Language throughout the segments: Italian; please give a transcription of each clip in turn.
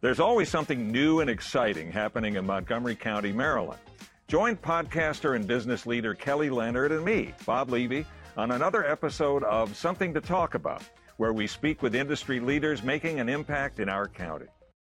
There's always something new and exciting happening in Montgomery County, Maryland. Join podcaster and business leader Kelly Leonard and me, Bob Levy, on another episode of Something to Talk About, where we speak with industry leaders making an impact in our county.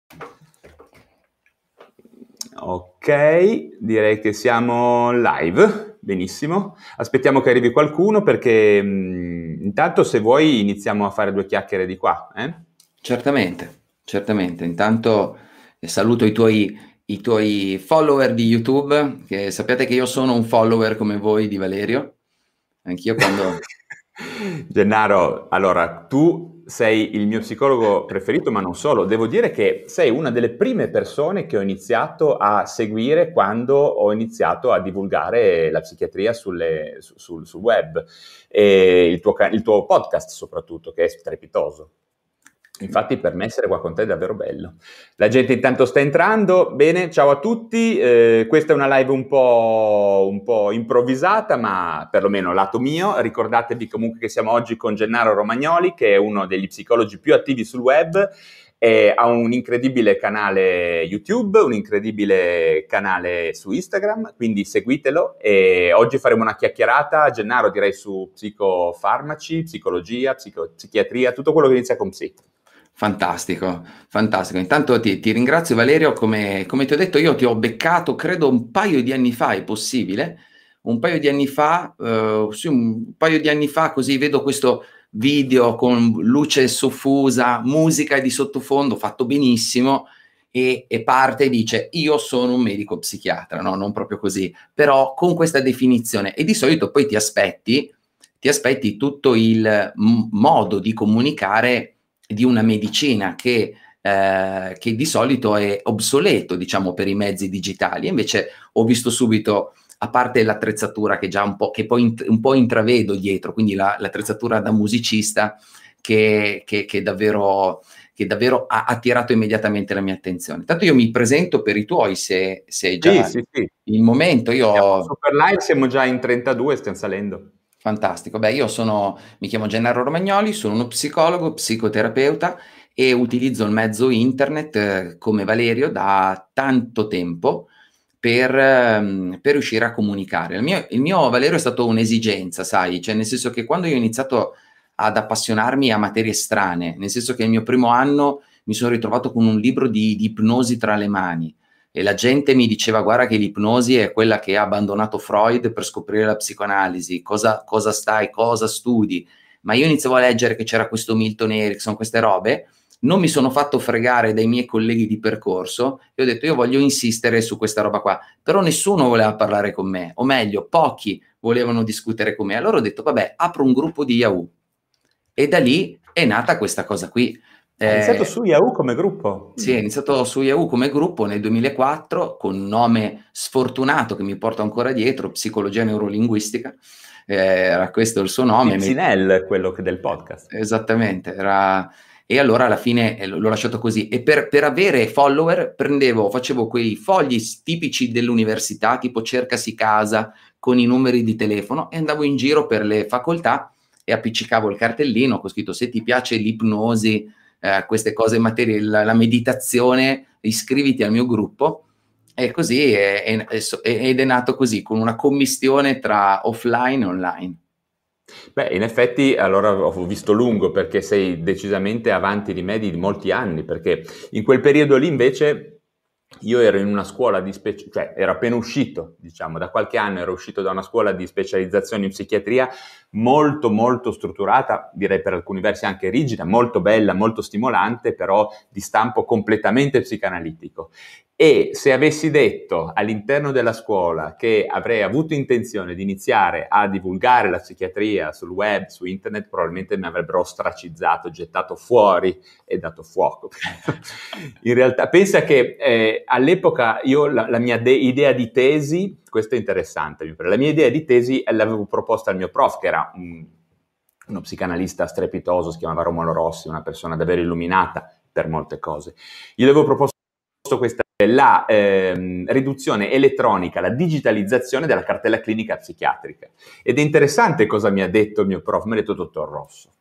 Ok, direi che siamo live, benissimo. Aspettiamo che arrivi qualcuno perché intanto se vuoi iniziamo a fare due chiacchiere di qua. Certamente. Intanto saluto i tuoi follower di YouTube, che sappiate che io sono un follower come voi di Valerio. Anch'io quando... Gennaro, allora, tu sei il mio psicologo preferito, ma non solo. Devo dire che sei una delle prime persone che ho iniziato a seguire quando ho iniziato a divulgare la psichiatria sul web. E il tuo podcast soprattutto, che è strepitoso. Infatti per me essere qua con te è davvero bello. La gente intanto sta entrando. Bene, ciao a tutti. Questa è una live un po' improvvisata, ma perlomeno lato mio. Ricordatevi comunque che siamo oggi con Gennaro Romagnoli, che è uno degli psicologi più attivi sul web. Ha un incredibile canale YouTube, un incredibile canale su Instagram, quindi seguitelo. E oggi faremo una chiacchierata, Gennaro, direi su psicofarmaci, psicologia, psichiatria, tutto quello che inizia con psi. Fantastico. Intanto ti ringrazio Valerio, come ti ho detto io ti ho beccato credo un paio di anni fa, è possibile? Un paio di anni fa, così vedo questo video con luce soffusa, musica di sottofondo, fatto benissimo, e parte e dice io sono un medico psichiatra, no? Non proprio così, però con questa definizione, e di solito poi ti aspetti tutto il modo di comunicare di una medicina che di solito è obsoleto, diciamo, per i mezzi digitali. Invece ho visto subito, a parte l'attrezzatura che già che poi un po' intravedo dietro, quindi l'attrezzatura da musicista che davvero ha attirato immediatamente la mia attenzione. Tanto io mi presento per i tuoi, se è già sì. il momento. Siamo super live, siamo già in 32, stiamo salendo. Fantastico. Beh, mi chiamo Gennaro Romagnoli, sono uno psicologo, psicoterapeuta e utilizzo il mezzo internet come Valerio da tanto tempo per riuscire a comunicare. Il mio Valerio è stato un'esigenza, sai, cioè nel senso che quando io ho iniziato ad appassionarmi a materie strane, nel senso che il mio primo anno mi sono ritrovato con un libro di ipnosi tra le mani. E la gente mi diceva guarda che l'ipnosi è quella che ha abbandonato Freud per scoprire la psicoanalisi, cosa studi, ma io iniziavo a leggere che c'era questo Milton Erickson, queste robe, non mi sono fatto fregare dai miei colleghi di percorso e ho detto io voglio insistere su questa roba qua, però nessuno voleva parlare con me, o meglio pochi volevano discutere con me, allora ho detto vabbè apro un gruppo di Yahoo e da lì è nata questa cosa qui. Hai iniziato su Yahoo come gruppo? Sì, ho iniziato su Yahoo come gruppo nel 2004 con un nome sfortunato che mi porto ancora dietro, Psicologia Neurolinguistica, era questo il suo nome. Pixinel, quello che del podcast. Esattamente, e allora alla fine l'ho lasciato così. E per avere follower facevo quei fogli tipici dell'università, tipo cercasi casa, con i numeri di telefono, e andavo in giro per le facoltà e appiccicavo il cartellino con scritto se ti piace l'ipnosi, queste cose in materia, la meditazione, iscriviti al mio gruppo, e così ed è nato così, con una commistione tra offline e online. Beh, in effetti allora ho visto lungo, perché sei decisamente avanti di me di molti anni, perché in quel periodo lì invece io ero in una scuola cioè ero appena uscito, diciamo, da qualche anno ero uscito da una scuola di specializzazione in psichiatria molto molto strutturata, direi per alcuni versi anche rigida, molto bella, molto stimolante, però di stampo completamente psicanalitico. E se avessi detto all'interno della scuola che avrei avuto intenzione di iniziare a divulgare la psichiatria sul web, su internet, probabilmente mi avrebbero ostracizzato, gettato fuori e dato fuoco. In realtà, pensa che all'epoca io la mia idea di tesi, questo è interessante, la mia idea di tesi l'avevo proposta al mio prof, che era uno psicanalista strepitoso, si chiamava Romolo Rossi, una persona davvero illuminata per molte cose. Io avevo proposto questa la riduzione elettronica, la digitalizzazione della cartella clinica psichiatrica. Ed è interessante cosa mi ha detto il mio prof, mi ha detto dottor Rosso,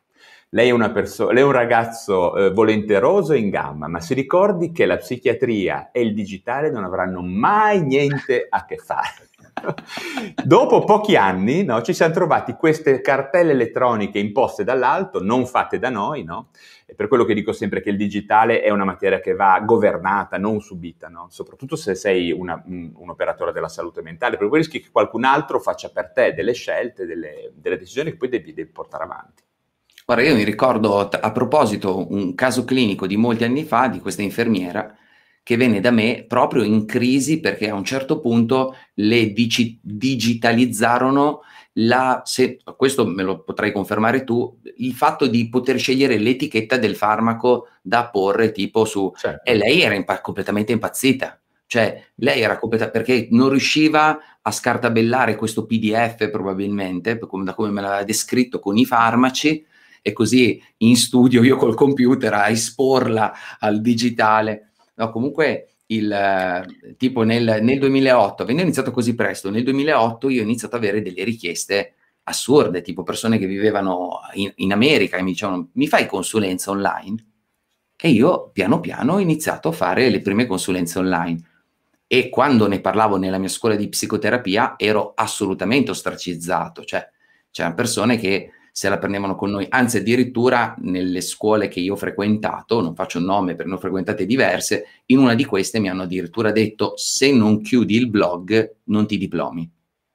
lei è un ragazzo volenteroso e in gamba, ma si ricordi che la psichiatria e il digitale non avranno mai niente a che fare. Dopo pochi anni, no, ci siamo trovati queste cartelle elettroniche imposte dall'alto, non fatte da noi, no? E per quello che dico sempre che il digitale è una materia che va governata, non subita, no? Soprattutto se sei un operatore della salute mentale, perché poi rischi che qualcun altro faccia per te delle scelte, delle decisioni che poi devi portare avanti. Guarda, io mi ricordo a proposito un caso clinico di molti anni fa di questa infermiera che venne da me proprio in crisi perché a un certo punto le digitalizzarono questo me lo potrai confermare tu, il fatto di poter scegliere l'etichetta del farmaco da porre tipo su... Certo. E lei era completamente impazzita. Cioè, lei era perché non riusciva a scartabellare questo PDF probabilmente, da come me l'aveva descritto con i farmaci, e così in studio io col computer a esporla al digitale. No, comunque tipo nel 2008, avendo iniziato così presto, nel 2008 io ho iniziato ad avere delle richieste assurde, tipo persone che vivevano in America e mi dicevano mi fai consulenza online? E io piano piano ho iniziato a fare le prime consulenze online. E quando ne parlavo nella mia scuola di psicoterapia ero assolutamente ostracizzato, cioè c'erano persone che se la prendevano con noi, anzi addirittura nelle scuole che io ho frequentato, non faccio un nome perché ne ho frequentate diverse, in una di queste mi hanno addirittura detto se non chiudi il blog non ti diplomi.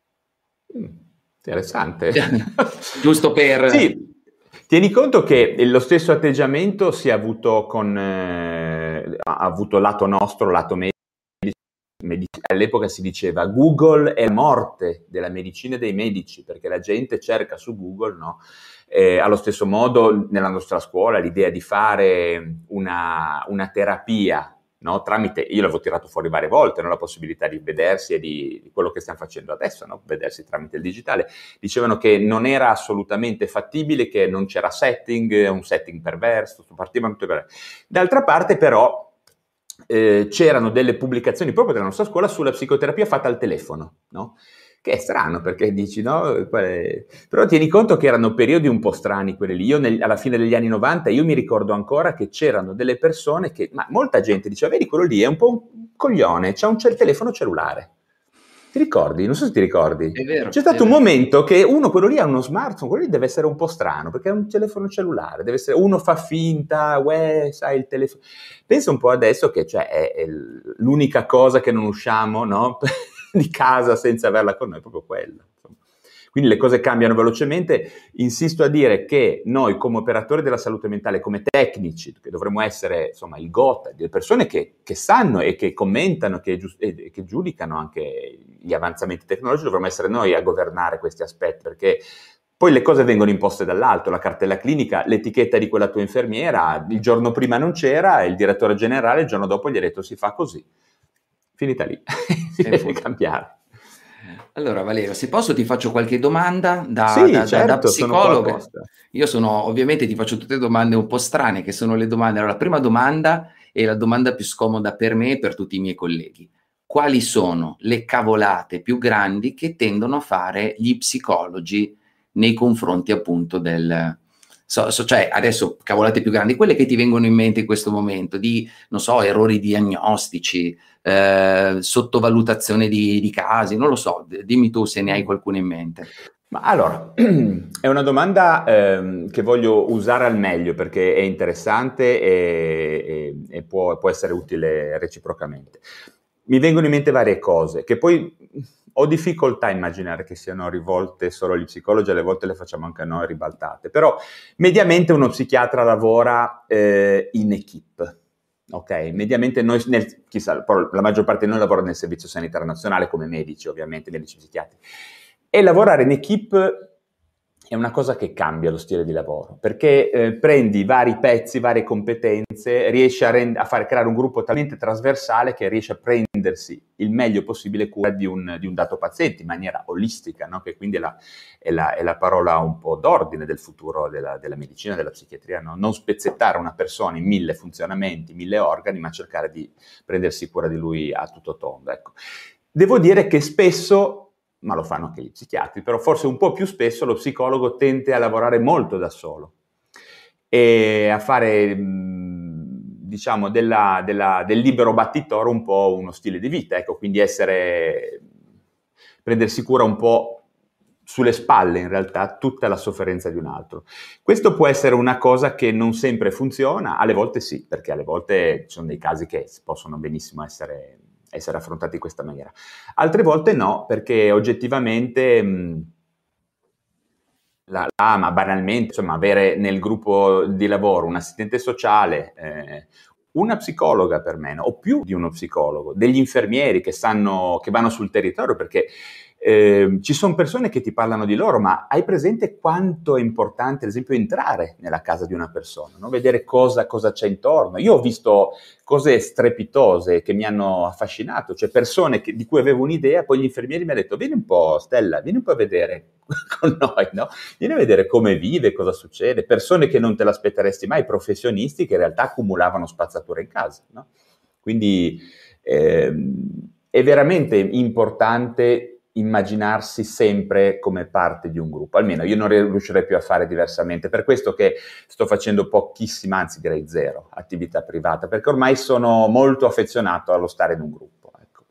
Interessante. Giusto per... Sì, tieni conto che lo stesso atteggiamento si è avuto ha avuto lato nostro, lato medico. All'epoca si diceva Google è la morte della medicina e dei medici, perché la gente cerca su Google, no? Allo stesso modo nella nostra scuola l'idea di fare una terapia, no? Tramite, io l'avevo tirato fuori varie volte, no? La possibilità di vedersi e di quello che stiamo facendo adesso, no? Vedersi tramite il digitale, dicevano che non era assolutamente fattibile, che non c'era un setting perverso, partivano tutte per... D'altra parte però c'erano delle pubblicazioni proprio della nostra scuola sulla psicoterapia fatta al telefono, no? Che è strano perché dici, no? Però tieni conto che erano periodi un po' strani quelli lì. Io alla fine degli anni 90 io mi ricordo ancora che c'erano delle persone ma molta gente diceva, vedi quello lì è un po' un coglione, c'ha un telefono cellulare. Ti ricordi? Non so se ti ricordi. È vero, c'è stato un momento che quello lì ha uno smartphone, quello lì deve essere un po' strano, perché è un telefono cellulare, uno fa finta, sai, il telefono. Pensa un po' adesso che è l'unica cosa che non usciamo, no? di casa senza averla con noi, è proprio quella. Insomma. Quindi le cose cambiano velocemente. Insisto a dire che noi come operatori della salute mentale, come tecnici, che dovremmo essere insomma il GOT, delle persone che sanno e che commentano e che giudicano anche gli avanzamenti tecnologici, dovremmo essere noi a governare questi aspetti, perché poi le cose vengono imposte dall'alto, la cartella clinica, l'etichetta di quella tua infermiera, il giorno prima non c'era, e il direttore generale il giorno dopo gli ha detto si fa così. Finita lì, si deve cambiare. Allora Valerio, se posso ti faccio qualche domanda sì, da certo, psicologo. Sono Ovviamente ti faccio tutte domande un po' strane, che sono le domande. Allora, la prima domanda è la domanda più scomoda per me e per tutti i miei colleghi. Quali sono le cavolate più grandi che tendono a fare gli psicologi nei confronti appunto del... cioè, adesso cavolate più grandi, quelle che ti vengono in mente in questo momento, di, non so, errori diagnostici, sottovalutazione di casi, non lo so, dimmi tu se ne hai qualcuno in mente. Ma allora, è una domanda che voglio usare al meglio perché è interessante e può essere utile reciprocamente. Mi vengono in mente varie cose che poi ho difficoltà a immaginare che siano rivolte solo agli psicologi, alle volte le facciamo anche a noi ribaltate, però mediamente uno psichiatra lavora in equipe. Ok, mediamente noi, la maggior parte di noi lavora nel Servizio Sanitario Nazionale come medici, ovviamente, medici psichiatri. E lavorare in equipe è una cosa che cambia lo stile di lavoro, perché prendi vari pezzi, varie competenze, riesci a creare un gruppo talmente trasversale che riesce a prendersi il meglio possibile cura di un dato paziente in maniera olistica, no? Che quindi è la parola un po' d'ordine del futuro della medicina, della psichiatria, no? Non spezzettare una persona in 1000 funzionamenti, 1000 organi, ma cercare di prendersi cura di lui a tutto tondo. Ecco. Devo dire che spesso, ma lo fanno anche gli psichiatri, però forse un po' più spesso lo psicologo tende a lavorare molto da solo. e a fare, diciamo, del libero battitore un po' uno stile di vita, ecco, quindi prendersi cura un po' sulle spalle in realtà tutta la sofferenza di un altro. Questo può essere una cosa che non sempre funziona, alle volte sì, perché alle volte ci sono dei casi che possono benissimo essere affrontati in questa maniera. Altre volte no, perché oggettivamente ma banalmente, insomma, avere nel gruppo di lavoro un assistente sociale, una psicologa per me, no? O più di uno psicologo, degli infermieri che vanno sul territorio, perché ci sono persone che ti parlano di loro, ma hai presente quanto è importante, ad esempio, entrare nella casa di una persona, no? Vedere cosa c'è intorno. Io ho visto cose strepitose che mi hanno affascinato, cioè persone di cui avevo un'idea, poi gli infermieri mi hanno detto: vieni un po', Stella, vieni un po' a vedere con noi, no? Vieni a vedere come vive, cosa succede, persone che non te l'aspetteresti mai, professionisti che in realtà accumulavano spazzatura in casa, no? Quindi è veramente importante immaginarsi sempre come parte di un gruppo, almeno io non riuscirei più a fare diversamente, per questo che sto facendo pochissima, anzi direi zero, attività privata, perché ormai sono molto affezionato allo stare in un gruppo. Ecco.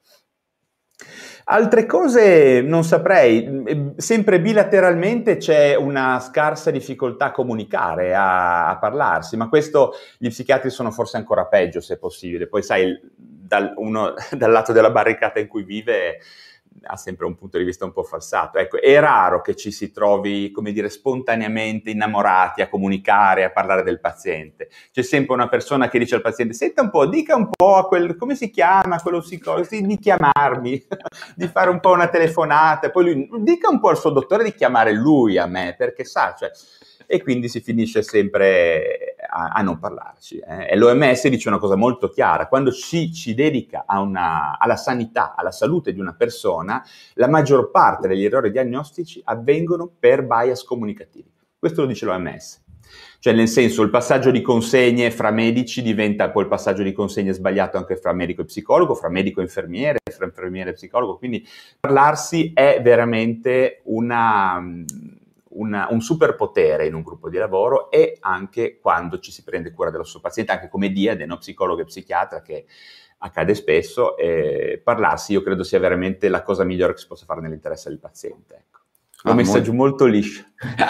Altre cose non saprei, sempre bilateralmente c'è una scarsa difficoltà a comunicare, a parlarsi, ma questo gli psichiatri sono forse ancora peggio se possibile, poi sai, dal lato della barricata in cui vive ha sempre un punto di vista un po' falsato. Ecco, è raro che ci si trovi, come dire, spontaneamente innamorati a comunicare, a parlare del paziente. C'è sempre una persona che dice al paziente: senta un po', dica un po' a come si chiama quello psicologo, di chiamarmi, di fare un po' una telefonata, poi lui dica un po' al suo dottore di chiamare lui a me, perché sa, cioè... E quindi si finisce sempre a non parlarci. E l'OMS dice una cosa molto chiara: quando ci dedica alla sanità, alla salute di una persona, la maggior parte degli errori diagnostici avvengono per bias comunicativi. Questo lo dice l'OMS. Cioè, nel senso, il passaggio di consegne fra medici diventa poi il passaggio di consegne sbagliato anche fra medico e psicologo, fra medico e infermiere, fra infermiere e psicologo. Quindi parlarsi è veramente un superpotere in un gruppo di lavoro, e anche quando ci si prende cura dello suo paziente, anche come diade, no? Psicologo e psichiatra, che accade spesso, parlarsi io credo sia veramente la cosa migliore che si possa fare nell'interesse del paziente. Ecco. L'ho messa giù molto liscio.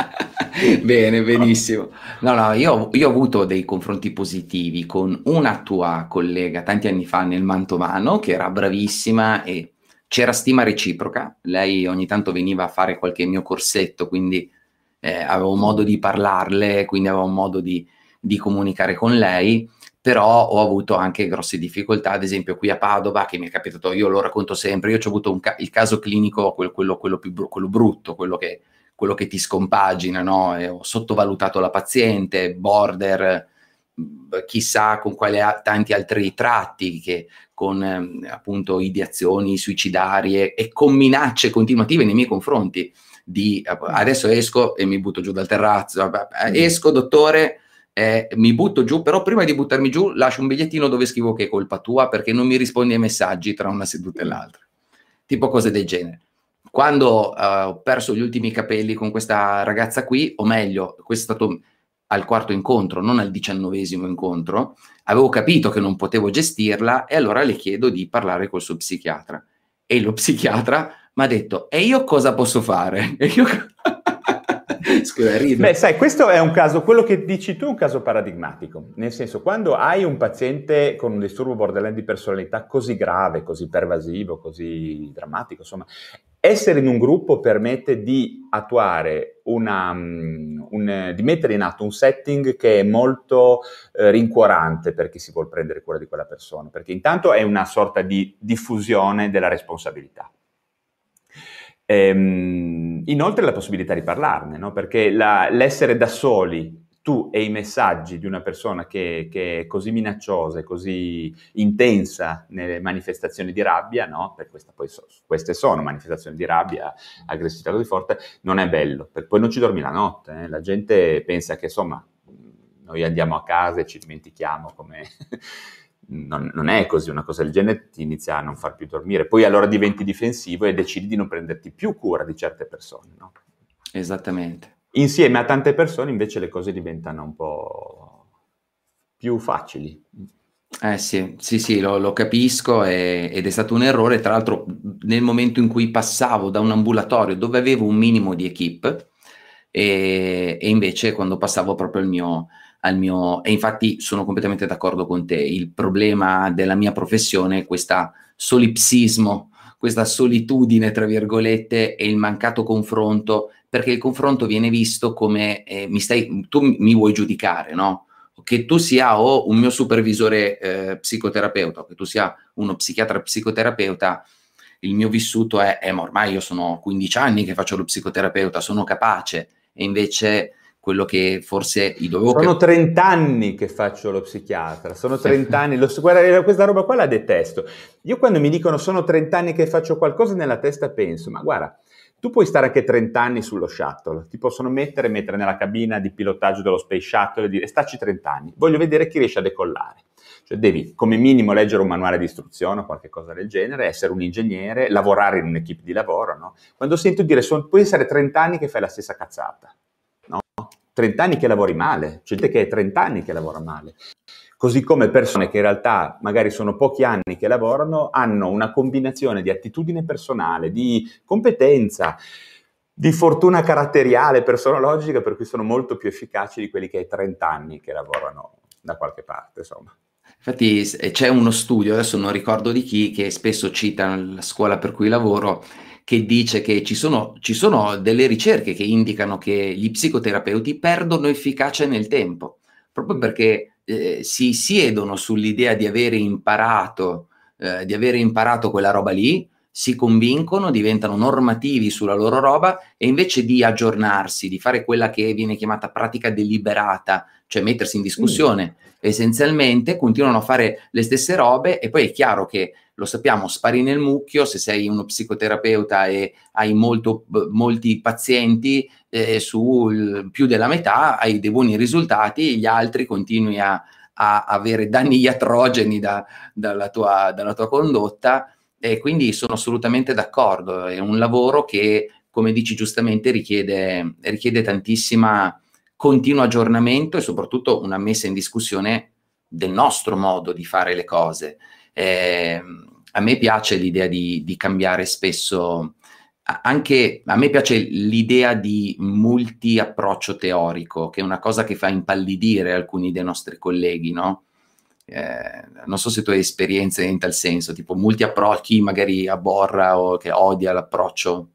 Bene, benissimo. No, io ho avuto dei confronti positivi con una tua collega tanti anni fa nel Mantovano, che era bravissima e c'era stima reciproca. Lei ogni tanto veniva a fare qualche mio corsetto, quindi avevo modo di parlarle, quindi avevo modo di comunicare con lei, però ho avuto anche grosse difficoltà, ad esempio qui a Padova, che mi è capitato, io lo racconto sempre, io ho avuto il caso clinico, quello brutto, quello che ti scompagina, no? E ho sottovalutato la paziente, border, chissà con quali tanti altri tratti, che con appunto ideazioni suicidarie e con minacce continuative nei miei confronti di adesso esco e mi butto giù dal terrazzo, esco dottore, mi butto giù, però prima di buttarmi giù lascio un bigliettino dove scrivo che è colpa tua perché non mi rispondi ai messaggi tra una seduta e l'altra, tipo cose del genere. Quando ho perso gli ultimi capelli con questa ragazza qui, o meglio, questo è stato al 4º incontro, non al 19° incontro, avevo capito che non potevo gestirla e allora le chiedo di parlare col suo psichiatra. E lo psichiatra mi ha detto: e io cosa posso fare? E io... Scusa, rido. Beh, sai, questo è un caso, quello che dici tu è un caso paradigmatico, nel senso, quando hai un paziente con un disturbo borderline di personalità così grave, così pervasivo, così drammatico, insomma, essere in un gruppo permette di attuare di mettere in atto un setting che è molto rincuorante per chi si vuol prendere cura di quella persona, perché intanto è una sorta di diffusione della responsabilità. Inoltre la possibilità di parlarne, no? Perché l'essere da soli, tu e i messaggi di una persona che è così minacciosa e così intensa nelle manifestazioni di rabbia, no? Per queste sono manifestazioni di rabbia, aggressività così forte, non è bello, perché poi non ci dormi la notte, la gente pensa che insomma noi andiamo a casa e ci dimentichiamo come... Non è così, una cosa del genere ti inizia a non far più dormire, poi allora diventi difensivo e decidi di non prenderti più cura di certe persone, no? Esattamente. insieme a tante persone invece le cose diventano un po' più facili. Sì, lo capisco ed è stato un errore. Tra l'altro, nel momento in cui passavo da un ambulatorio dove avevo un minimo di equip e invece quando passavo proprio al mio... E infatti sono completamente d'accordo con te. Il problema della mia professione è questo solipsismo, questa solitudine, tra virgolette, e il mancato confronto, perché il confronto viene visto come tu mi vuoi giudicare, no? Che tu sia o un mio supervisore psicoterapeuta, o che tu sia uno psichiatra psicoterapeuta, il mio vissuto ma ormai io sono 15 anni che faccio lo psicoterapeuta, sono capace, e invece quello che forse Sono 30 anni che faccio lo psichiatra, sono 30 anni, guarda, questa roba qua la detesto. Io quando mi dicono sono 30 anni che faccio qualcosa, nella testa penso, ma guarda, tu puoi stare anche 30 anni sullo shuttle, ti possono mettere nella cabina di pilotaggio dello Space Shuttle e dire staci 30 anni, voglio vedere chi riesce a decollare. Cioè devi come minimo leggere un manuale di istruzione o qualche cosa del genere, essere un ingegnere, lavorare in un'equipe di lavoro, no? Quando sento dire puoi essere 30 anni che fai la stessa cazzata, no? 30 anni che lavori male, c'è gente che è 30 anni che lavora male. Così come persone che in realtà magari sono pochi anni che lavorano, hanno una combinazione di attitudine personale, di competenza, di fortuna caratteriale, personologica, per cui sono molto più efficaci di quelli che hai 30 anni che lavorano da qualche parte, insomma. Infatti c'è uno studio, adesso non ricordo di chi, che spesso cita la scuola per cui lavoro, che dice che ci sono delle ricerche che indicano che gli psicoterapeuti perdono efficacia nel tempo, proprio perché si siedono sull'idea di avere imparato quella roba lì, si convincono, diventano normativi sulla loro roba, e invece di aggiornarsi, di fare quella che viene chiamata pratica deliberata, cioè mettersi in discussione, essenzialmente continuano a fare le stesse robe, e poi è chiaro che, lo sappiamo, spari nel mucchio. Se sei uno psicoterapeuta e hai molti pazienti, più della metà hai dei buoni risultati, gli altri continui a avere danni iatrogeni dalla tua condotta, e quindi sono assolutamente d'accordo. È un lavoro che, come dici giustamente, richiede tantissima continuo aggiornamento e soprattutto una messa in discussione del nostro modo di fare le cose. A me piace l'idea di cambiare spesso, anche a me piace l'idea di multi-approccio teorico, che è una cosa che fa impallidire alcuni dei nostri colleghi, no? Non so se tu hai esperienze in tal senso, tipo multi-approcci, chi magari aborra o che odia l'approccio.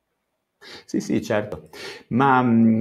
Sì, certo, ma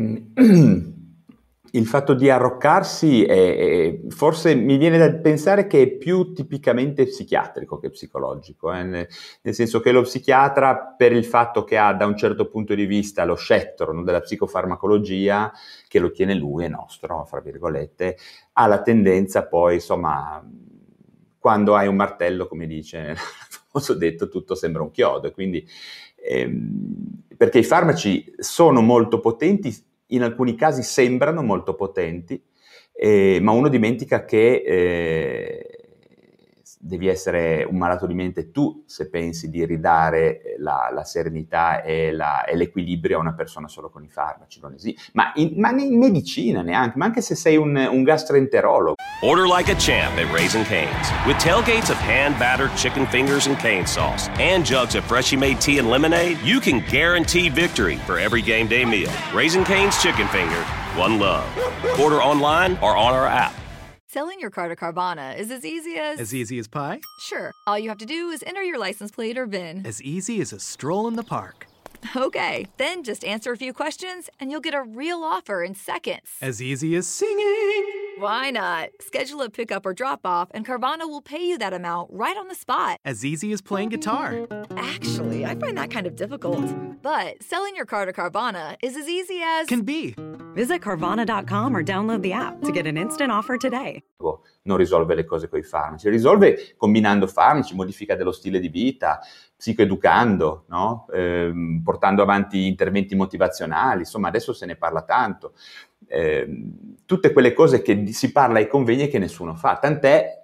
il fatto di arroccarsi forse mi viene da pensare che è più tipicamente psichiatrico che psicologico, nel senso che lo psichiatra, per il fatto che ha da un certo punto di vista lo scettro, no, della psicofarmacologia, che lo tiene lui, è nostro, fra virgolette, ha la tendenza poi, insomma, quando hai un martello, come dice nel famoso detto, tutto sembra un chiodo, quindi perché i farmaci sono molto potenti, in alcuni casi sembrano molto potenti, ma uno dimentica che devi essere un malato di mente tu se pensi di ridare la serenità e l'equilibrio a una persona solo con i farmaci. Non esiste. Ma in medicina neanche, ma anche se sei un gastroenterologo. Order like a champ at Raising Cane's. With tailgates of hand-battered chicken fingers and cane sauce and jugs of freshly made tea and lemonade, you can guarantee victory for every game day meal. Raising Cane's Chicken Finger, one love. Order online or on our app. Selling your car to Carvana is as easy as... As easy as pie? Sure. All you have to do is enter your license plate or VIN. As easy as a stroll in the park. Okay, then just answer a few questions and you'll get a real offer in seconds. As easy as singing. Why not? Schedule a pickup or drop-off and Carvana will pay you that amount right on the spot. As easy as playing guitar. Actually, I find that kind of difficult. But selling your car to Carvana is as easy as... Can be. Visit Carvana.com or download the app to get an instant offer today. Non risolve le cose con i farmaci, risolve combinando farmaci, modifica dello stile di vita, psicoeducando, no? Portando avanti interventi motivazionali, insomma adesso se ne parla tanto. Tutte quelle cose che si parla ai convegni e che nessuno fa, tant'è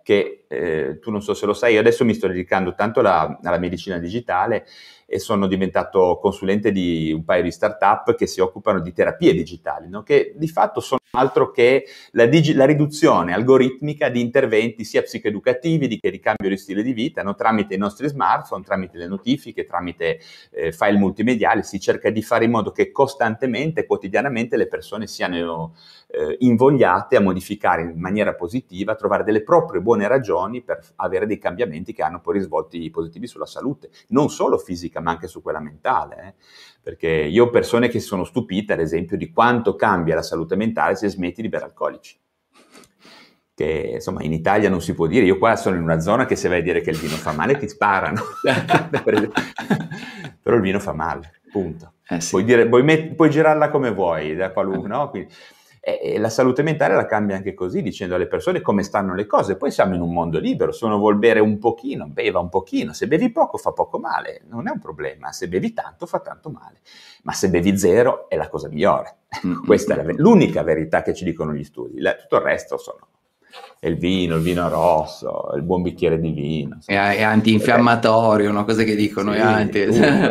che tu non so se lo sai, io adesso mi sto dedicando tanto alla medicina digitale e sono diventato consulente di un paio di startup che si occupano di terapie digitali, no? Che di fatto sono altro che la riduzione algoritmica di interventi sia psicoeducativi che di cambio di stile di vita, no? Tramite i nostri smartphone, tramite le notifiche, tramite file multimediali. Si cerca di fare in modo che costantemente, quotidianamente le persone siano invogliate a modificare in maniera positiva, a trovare delle proprie buone ragioni per avere dei cambiamenti che hanno poi risvolti positivi sulla salute, non solo fisica ma anche su quella mentale, perché io ho persone che sono stupite ad esempio di quanto cambia la salute mentale se smetti di bere alcolici, che insomma in Italia non si può dire. Io qua sono in una zona che se vai a dire che il vino fa male ti sparano però il vino fa male, punto. Sì. Puoi girarla come vuoi, da qualunque, no? Quindi, e la salute mentale la cambia anche così, dicendo alle persone come stanno le cose. Poi siamo in un mondo libero, se uno vuol bere un pochino, beva un pochino, se bevi poco fa poco male, non è un problema, se bevi tanto fa tanto male, ma se bevi zero è la cosa migliore. Questa è l'unica verità che ci dicono gli studi, tutto il resto è il vino rosso, il buon bicchiere di vino. È antinfiammatorio, no? Cose che dicono, sì,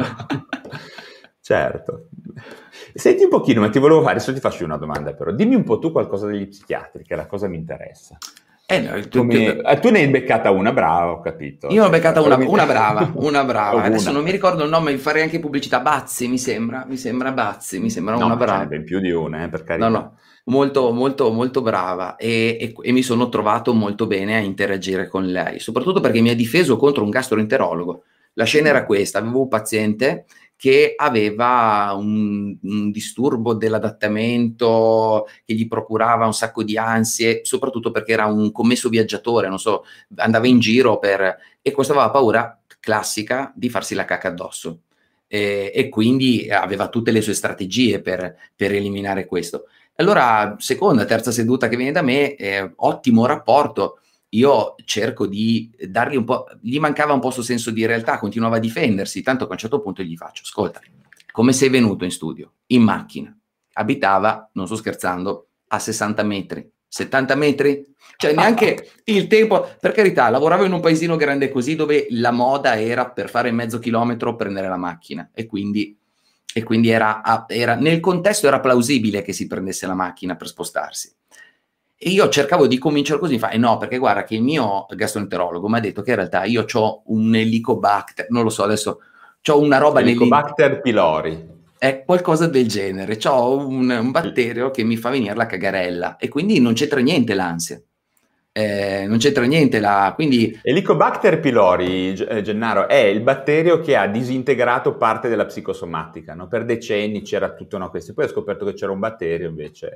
Certo. Senti un pochino, ma ti volevo fare, adesso ti faccio una domanda però. Dimmi un po' tu qualcosa degli psichiatri, che è la cosa mi interessa. Tu ne hai beccata una, brava, ho capito. Io ho beccata una brava. Adesso non mi ricordo il nome, farei anche pubblicità. Bazzi, mi sembra una brava. No, ben più di una, per carità. No, molto, molto, molto brava e mi sono trovato molto bene a interagire con lei, soprattutto perché mi ha difeso contro un gastroenterologo. La scena era questa: avevo un paziente che aveva un disturbo dell'adattamento che gli procurava un sacco di ansie, soprattutto perché era un commesso viaggiatore, non so, andava in giro e questo aveva paura classica di farsi la cacca addosso e quindi aveva tutte le sue strategie per eliminare questo. Allora, seconda, terza seduta che viene da me, ottimo rapporto. Io cerco di dargli un po', gli mancava un po' suo senso di realtà, continuava a difendersi, tanto che a un certo punto gli faccio: ascolta, come sei venuto in studio? In macchina. Abitava, non sto scherzando, a 60 metri, 70 metri, cioè neanche il tempo, per carità, lavoravo in un paesino grande così dove la moda era per fare mezzo chilometro prendere la macchina e quindi era nel contesto era plausibile che si prendesse la macchina per spostarsi. E io cercavo di convincerlo così, no, perché guarda che il mio gastroenterologo mi ha detto che in realtà io ho un Helicobacter, non lo so, adesso ho una roba Helicobacter pylori. È qualcosa del genere, ho un batterio che mi fa venire la cagarella e quindi non c'entra niente l'ansia. Non c'entra niente quindi Helicobacter pylori, Gennaro, è il batterio che ha disintegrato parte della psicosomatica, no? Per decenni c'era tutta una questione, poi ho scoperto che c'era un batterio invece.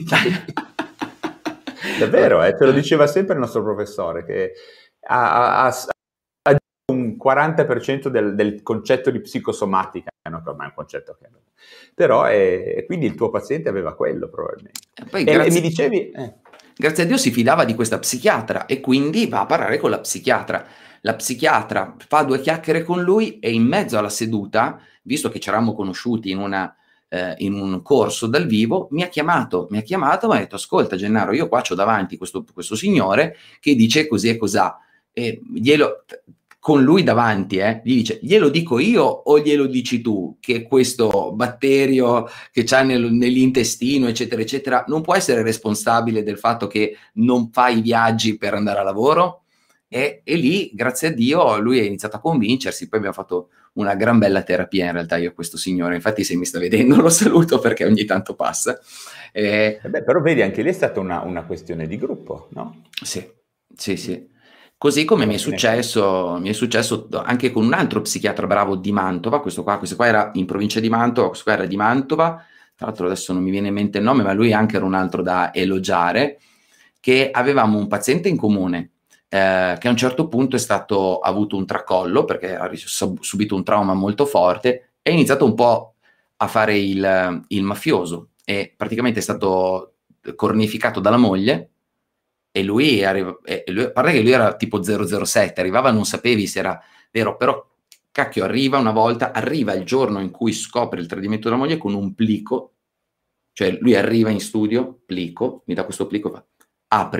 Davvero, te lo diceva sempre il nostro professore, che ha un 40% del concetto di psicosomatica, no? Che ormai è un concetto che... Però, quindi il tuo paziente aveva quello probabilmente. Poi, e mi dicevi... Grazie a Dio si fidava di questa psichiatra e quindi va a parlare con la psichiatra. La psichiatra fa 2 chiacchiere con lui e in mezzo alla seduta, visto che ci eravamo conosciuti in un corso dal vivo, mi ha chiamato, mi ha detto: ascolta Gennaro, io qua c'ho davanti questo signore che dice così e cosà, e con lui davanti, gli dice: glielo dico io o glielo dici tu che questo batterio che c'ha nell'intestino eccetera eccetera non può essere responsabile del fatto che non fa i viaggi per andare a lavoro? E lì, grazie a Dio, lui ha iniziato a convincersi. Poi abbiamo fatto una gran bella terapia in realtà io e questo signore. Infatti se mi sta vedendo lo saluto perché ogni tanto passa. Però vedi, anche lì è stata una questione di gruppo, no? Sì. Così come mi è successo anche con un altro psichiatra bravo di Mantova. Questo qua era in provincia di Mantova, questo qua era di Mantova. Tra l'altro adesso non mi viene in mente il nome, ma lui anche era un altro da elogiare, che avevamo un paziente in comune che a un certo punto ha avuto un tracollo perché ha subito un trauma molto forte e ha iniziato un po' a fare il mafioso e praticamente è stato cornificato dalla moglie e lui, a parte che lui era tipo 007, arrivava, non sapevi se era vero, però cacchio, arriva il giorno in cui scopre il tradimento della moglie con un plico, cioè lui arriva in studio, plico, mi dà questo plico, fa: aprilo.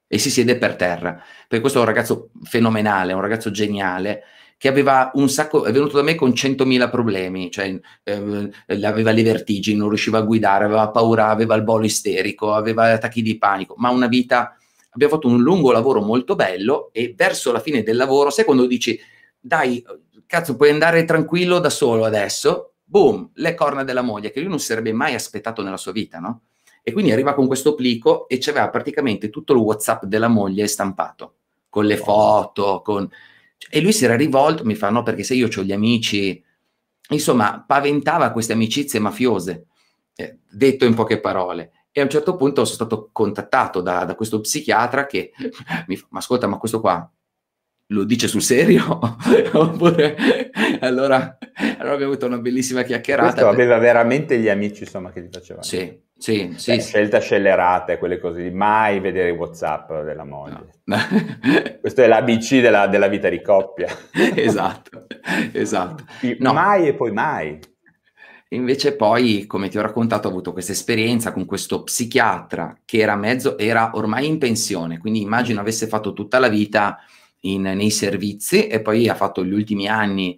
e si siede per terra, perché questo è un ragazzo fenomenale, un ragazzo geniale, che aveva è venuto da me con 100.000 problemi, cioè aveva le vertigini, non riusciva a guidare, aveva paura, aveva il bolo isterico, aveva attacchi di panico, ma una vita, abbiamo fatto un lungo lavoro molto bello, e verso la fine del lavoro, sai quando dici, dai, cazzo, puoi andare tranquillo da solo adesso, boom, le corna della moglie, che lui non si sarebbe mai aspettato nella sua vita, no? E quindi arriva con questo plico e c'aveva praticamente tutto il WhatsApp della moglie stampato, con le foto, e lui si era rivolto, mi fa no, perché se io ho gli amici, insomma, paventava queste amicizie mafiose, detto in poche parole. E a un certo punto sono stato contattato da questo psichiatra che mi fa, ma ascolta, ma questo qua lo dice sul serio? Oppure allora abbiamo avuto una bellissima chiacchierata. Questo aveva veramente gli amici, insomma, che gli facevano. Sì. Scelte scellerate, quelle cose di mai vedere i WhatsApp della moglie. No. Questo è l'ABC della vita di coppia. Esatto. No. Mai e poi mai. Invece poi, come ti ho raccontato, ho avuto questa esperienza con questo psichiatra che era ormai in pensione, quindi immagino avesse fatto tutta la vita nei servizi e poi ha fatto gli ultimi anni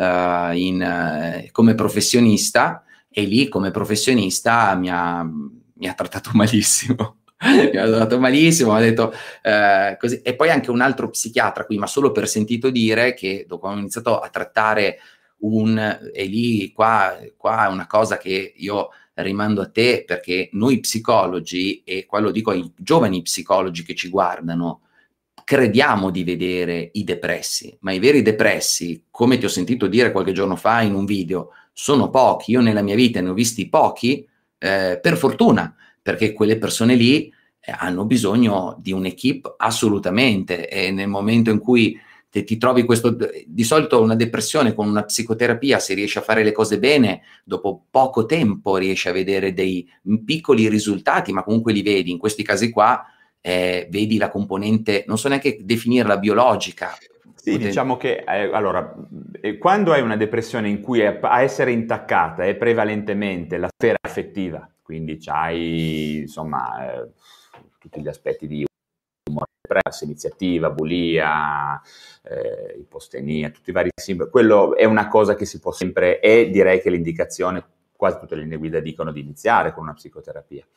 come professionista, e lì come professionista mi ha trattato malissimo. Mi ha trattato malissimo, ha detto così. E poi anche un altro psichiatra qui, ma solo per sentito dire, che dopo ho iniziato a trattare e lì qua è una cosa che io rimando a te, perché noi psicologi, e qua lo dico ai giovani psicologi che ci guardano, crediamo di vedere i depressi, ma i veri depressi, come ti ho sentito dire qualche giorno fa in un video, sono pochi. Io nella mia vita ne ho visti pochi, per fortuna, perché quelle persone lì hanno bisogno di un'equipe assolutamente, e nel momento in cui ti trovi di solito una depressione con una psicoterapia, se riesci a fare le cose bene, dopo poco tempo riesci a vedere dei piccoli risultati, ma comunque li vedi. In questi casi qua vedi la componente, non so neanche definirla, biologica. Sì, diciamo che allora, quando hai una depressione in cui a essere intaccata è prevalentemente la sfera affettiva, quindi c'hai insomma tutti gli aspetti di umore, iniziativa, bulia, ipostenia, tutti i vari simboli, quello è una cosa che si può sempre, e direi che l'indicazione, quasi tutte le linee guida dicono di iniziare con una psicoterapia.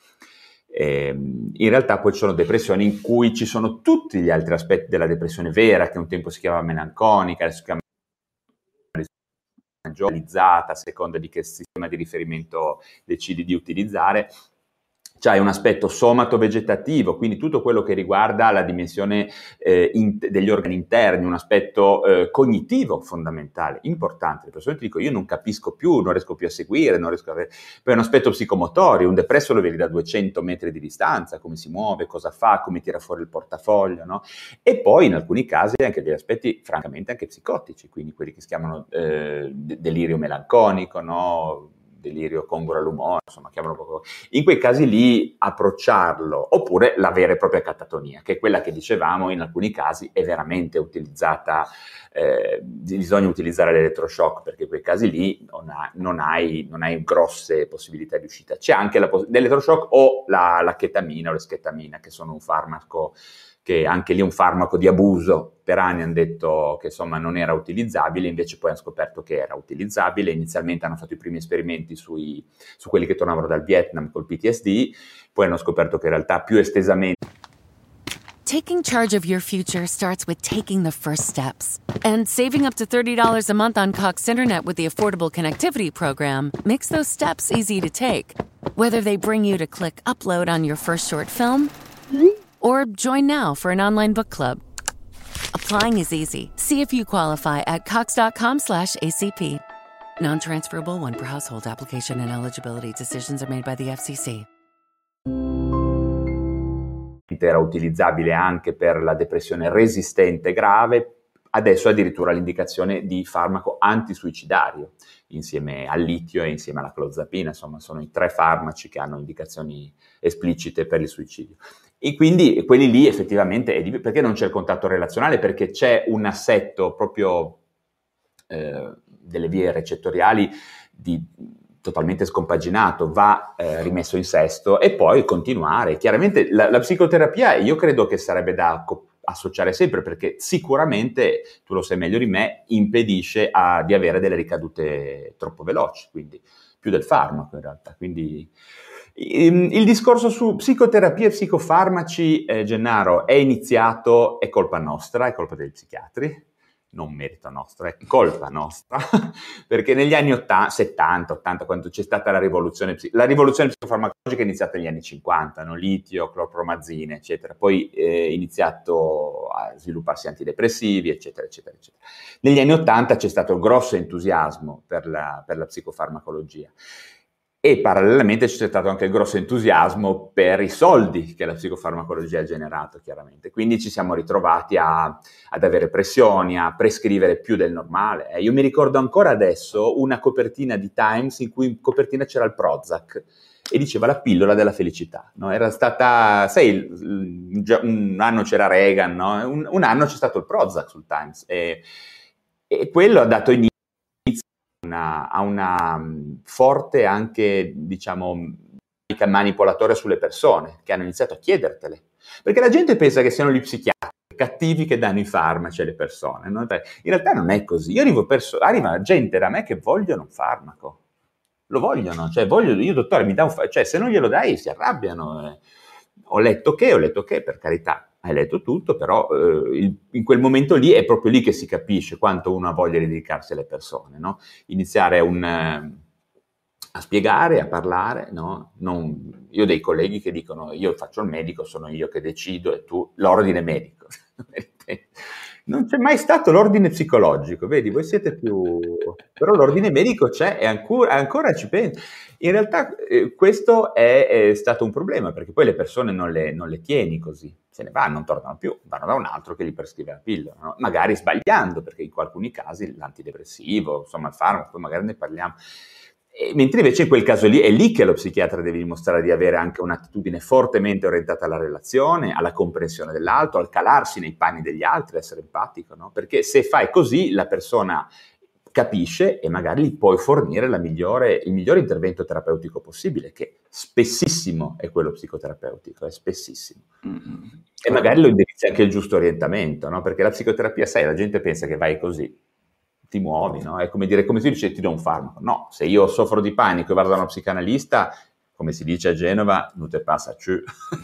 In realtà poi ci sono depressioni in cui ci sono tutti gli altri aspetti della depressione vera, che un tempo si chiamava melanconica, adesso si chiama generalizzata, a seconda di che sistema di riferimento decidi di utilizzare. C'hai un aspetto somato-vegetativo, quindi tutto quello che riguarda la dimensione degli organi interni, un aspetto cognitivo fondamentale, importante. Le persone ti dicono, io non capisco più, non riesco più a seguire, non riesco a avere... Poi un aspetto psicomotorio, un depresso lo vedi da 200 metri di distanza, come si muove, cosa fa, come tira fuori il portafoglio, no? E poi in alcuni casi anche degli aspetti francamente anche psicotici, quindi quelli che si chiamano delirio melanconico, no? Delirio congruo all'umore, insomma, chiamano proprio. In quei casi lì approcciarlo, oppure la vera e propria catatonia, che è quella che dicevamo in alcuni casi è veramente utilizzata, bisogna utilizzare l'elettroshock, perché in quei casi lì non hai grosse possibilità di uscita. C'è anche l'elettroshock o la chetamina o l'eschetamina, che sono un farmaco che anche lì è un farmaco di abuso. Per anni hanno detto che insomma non era utilizzabile, invece poi hanno scoperto che era utilizzabile. Inizialmente hanno fatto i primi esperimenti su quelli che tornavano dal Vietnam col PTSD, poi hanno scoperto che in realtà più estesamente. Taking charge of your future starts with taking the first steps. And saving up to $30 a month on Cox Internet with the Affordable Connectivity Program makes those steps easy to take. Whether they bring you to click upload on your first short film, or join now for an online book club. Applying is easy. See if you qualify at cox.com/ACP. Non-transferable one per household. Application and eligibility decisions are made by the FCC. Era utilizzabile anche per la depressione resistente grave, adesso addirittura l'indicazione di farmaco antisuicidario, insieme al litio e insieme alla clozapina, insomma sono i 3 farmaci che hanno indicazioni esplicite per il suicidio. E quindi quelli lì effettivamente, perché non c'è il contatto relazionale? Perché c'è un assetto proprio delle vie recettoriali totalmente scompaginato, va rimesso in sesto e poi continuare. Chiaramente la psicoterapia io credo che sarebbe da associare sempre, perché sicuramente, tu lo sai meglio di me, impedisce di avere delle ricadute troppo veloci, quindi più del farmaco in realtà. Quindi il discorso su psicoterapia e psicofarmaci, Gennaro, è iniziato, è colpa nostra, è colpa degli psichiatri, non merito nostro, è colpa nostra, perché negli anni 70, 80, quando c'è stata la rivoluzione psicofarmacologica è iniziata negli anni 50, no? Litio, clorpromazine, eccetera, poi è iniziato a svilupparsi antidepressivi, eccetera, eccetera, eccetera. Negli anni 80 c'è stato il grosso entusiasmo per la psicofarmacologia. E parallelamente c'è stato anche il grosso entusiasmo per i soldi che la psicofarmacologia ha generato, chiaramente. Quindi ci siamo ritrovati ad avere pressioni, a prescrivere più del normale. Io mi ricordo ancora adesso una copertina di Times in cui in copertina c'era il Prozac e diceva la pillola della felicità, no? Era stata, sai, un anno c'era Reagan, no? Un anno c'è stato il Prozac sul Times e quello ha dato inizio a una forte anche, diciamo, manipolatore sulle persone che hanno iniziato a chiedertele, perché la gente pensa che siano gli psichiatri cattivi che danno i farmaci alle persone, no? In realtà non è così. Io arriva gente da me che vogliono un farmaco, lo vogliono, cioè io dottore mi dà un farmaco, cioè se non glielo dai si arrabbiano. Ho letto che, per carità, hai letto tutto, però in quel momento lì è proprio lì che si capisce quanto uno ha voglia di dedicarsi alle persone, no? Iniziare a spiegare, a parlare, no? Io ho dei colleghi che dicono io faccio il medico, sono io che decido e tu l'ordine medico. Non c'è mai stato l'ordine psicologico, vedi, voi siete più... Però l'ordine medico c'è e ancora ci penso. In realtà questo è stato un problema, perché poi le persone non le tieni così, se ne vanno, non tornano più, vanno da un altro che gli prescrive la pillola, no? Magari sbagliando, perché in alcuni casi l'antidepressivo, insomma il farmaco, poi magari ne parliamo. Mentre invece in quel caso lì è lì che lo psichiatra deve dimostrare di avere anche un'attitudine fortemente orientata alla relazione, alla comprensione dell'altro, al calarsi nei panni degli altri, essere empatico, no? Perché se fai così la persona capisce e magari gli puoi fornire il migliore intervento terapeutico possibile, che spessissimo è quello psicoterapeutico, è spessissimo. Mm-hmm. E magari lo indirizzi anche il giusto orientamento, no? Perché la psicoterapia, sai, la gente pensa che vai così, ti muovi, no? È come si dice ti do un farmaco. No, se io soffro di panico e vado da uno psicanalista, come si dice a Genova, non te passa ciù.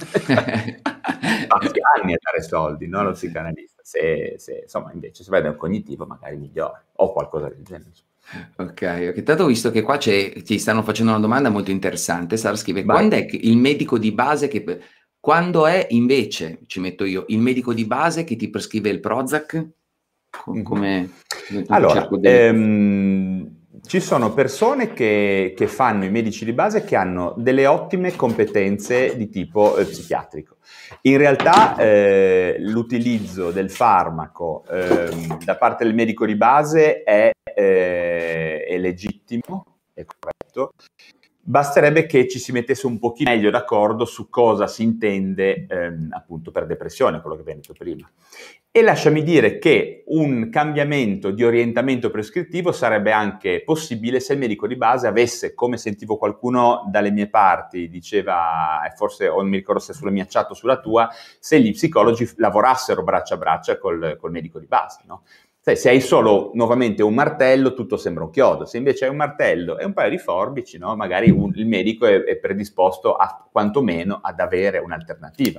Passi anni a dare soldi, no? Allo psicanalista. Se insomma, invece se vai da un cognitivo magari migliore, o qualcosa del genere. Ok, tanto ho visto che qua ti stanno facendo una domanda molto interessante. Sara scrive, quando è il medico di base quando è invece, ci metto io, il medico di base che ti prescrive il Prozac? Come allora, ci sono persone che fanno i medici di base che hanno delle ottime competenze di tipo psichiatrico. In realtà l'utilizzo del farmaco da parte del medico di base è legittimo, è corretto. Basterebbe che ci si mettesse un pochino meglio d'accordo su cosa si intende appunto per depressione, quello che abbiamo detto prima. E lasciami dire che un cambiamento di orientamento prescrittivo sarebbe anche possibile se il medico di base avesse, come sentivo qualcuno dalle mie parti, diceva, e forse non mi ricordo se sulla mia chat o sulla tua, se gli psicologi lavorassero braccia a braccia col medico di base, no? Se hai solo nuovamente un martello, tutto sembra un chiodo. Se invece hai un martello e un paio di forbici, no? Magari il medico è predisposto quantomeno ad avere un'alternativa.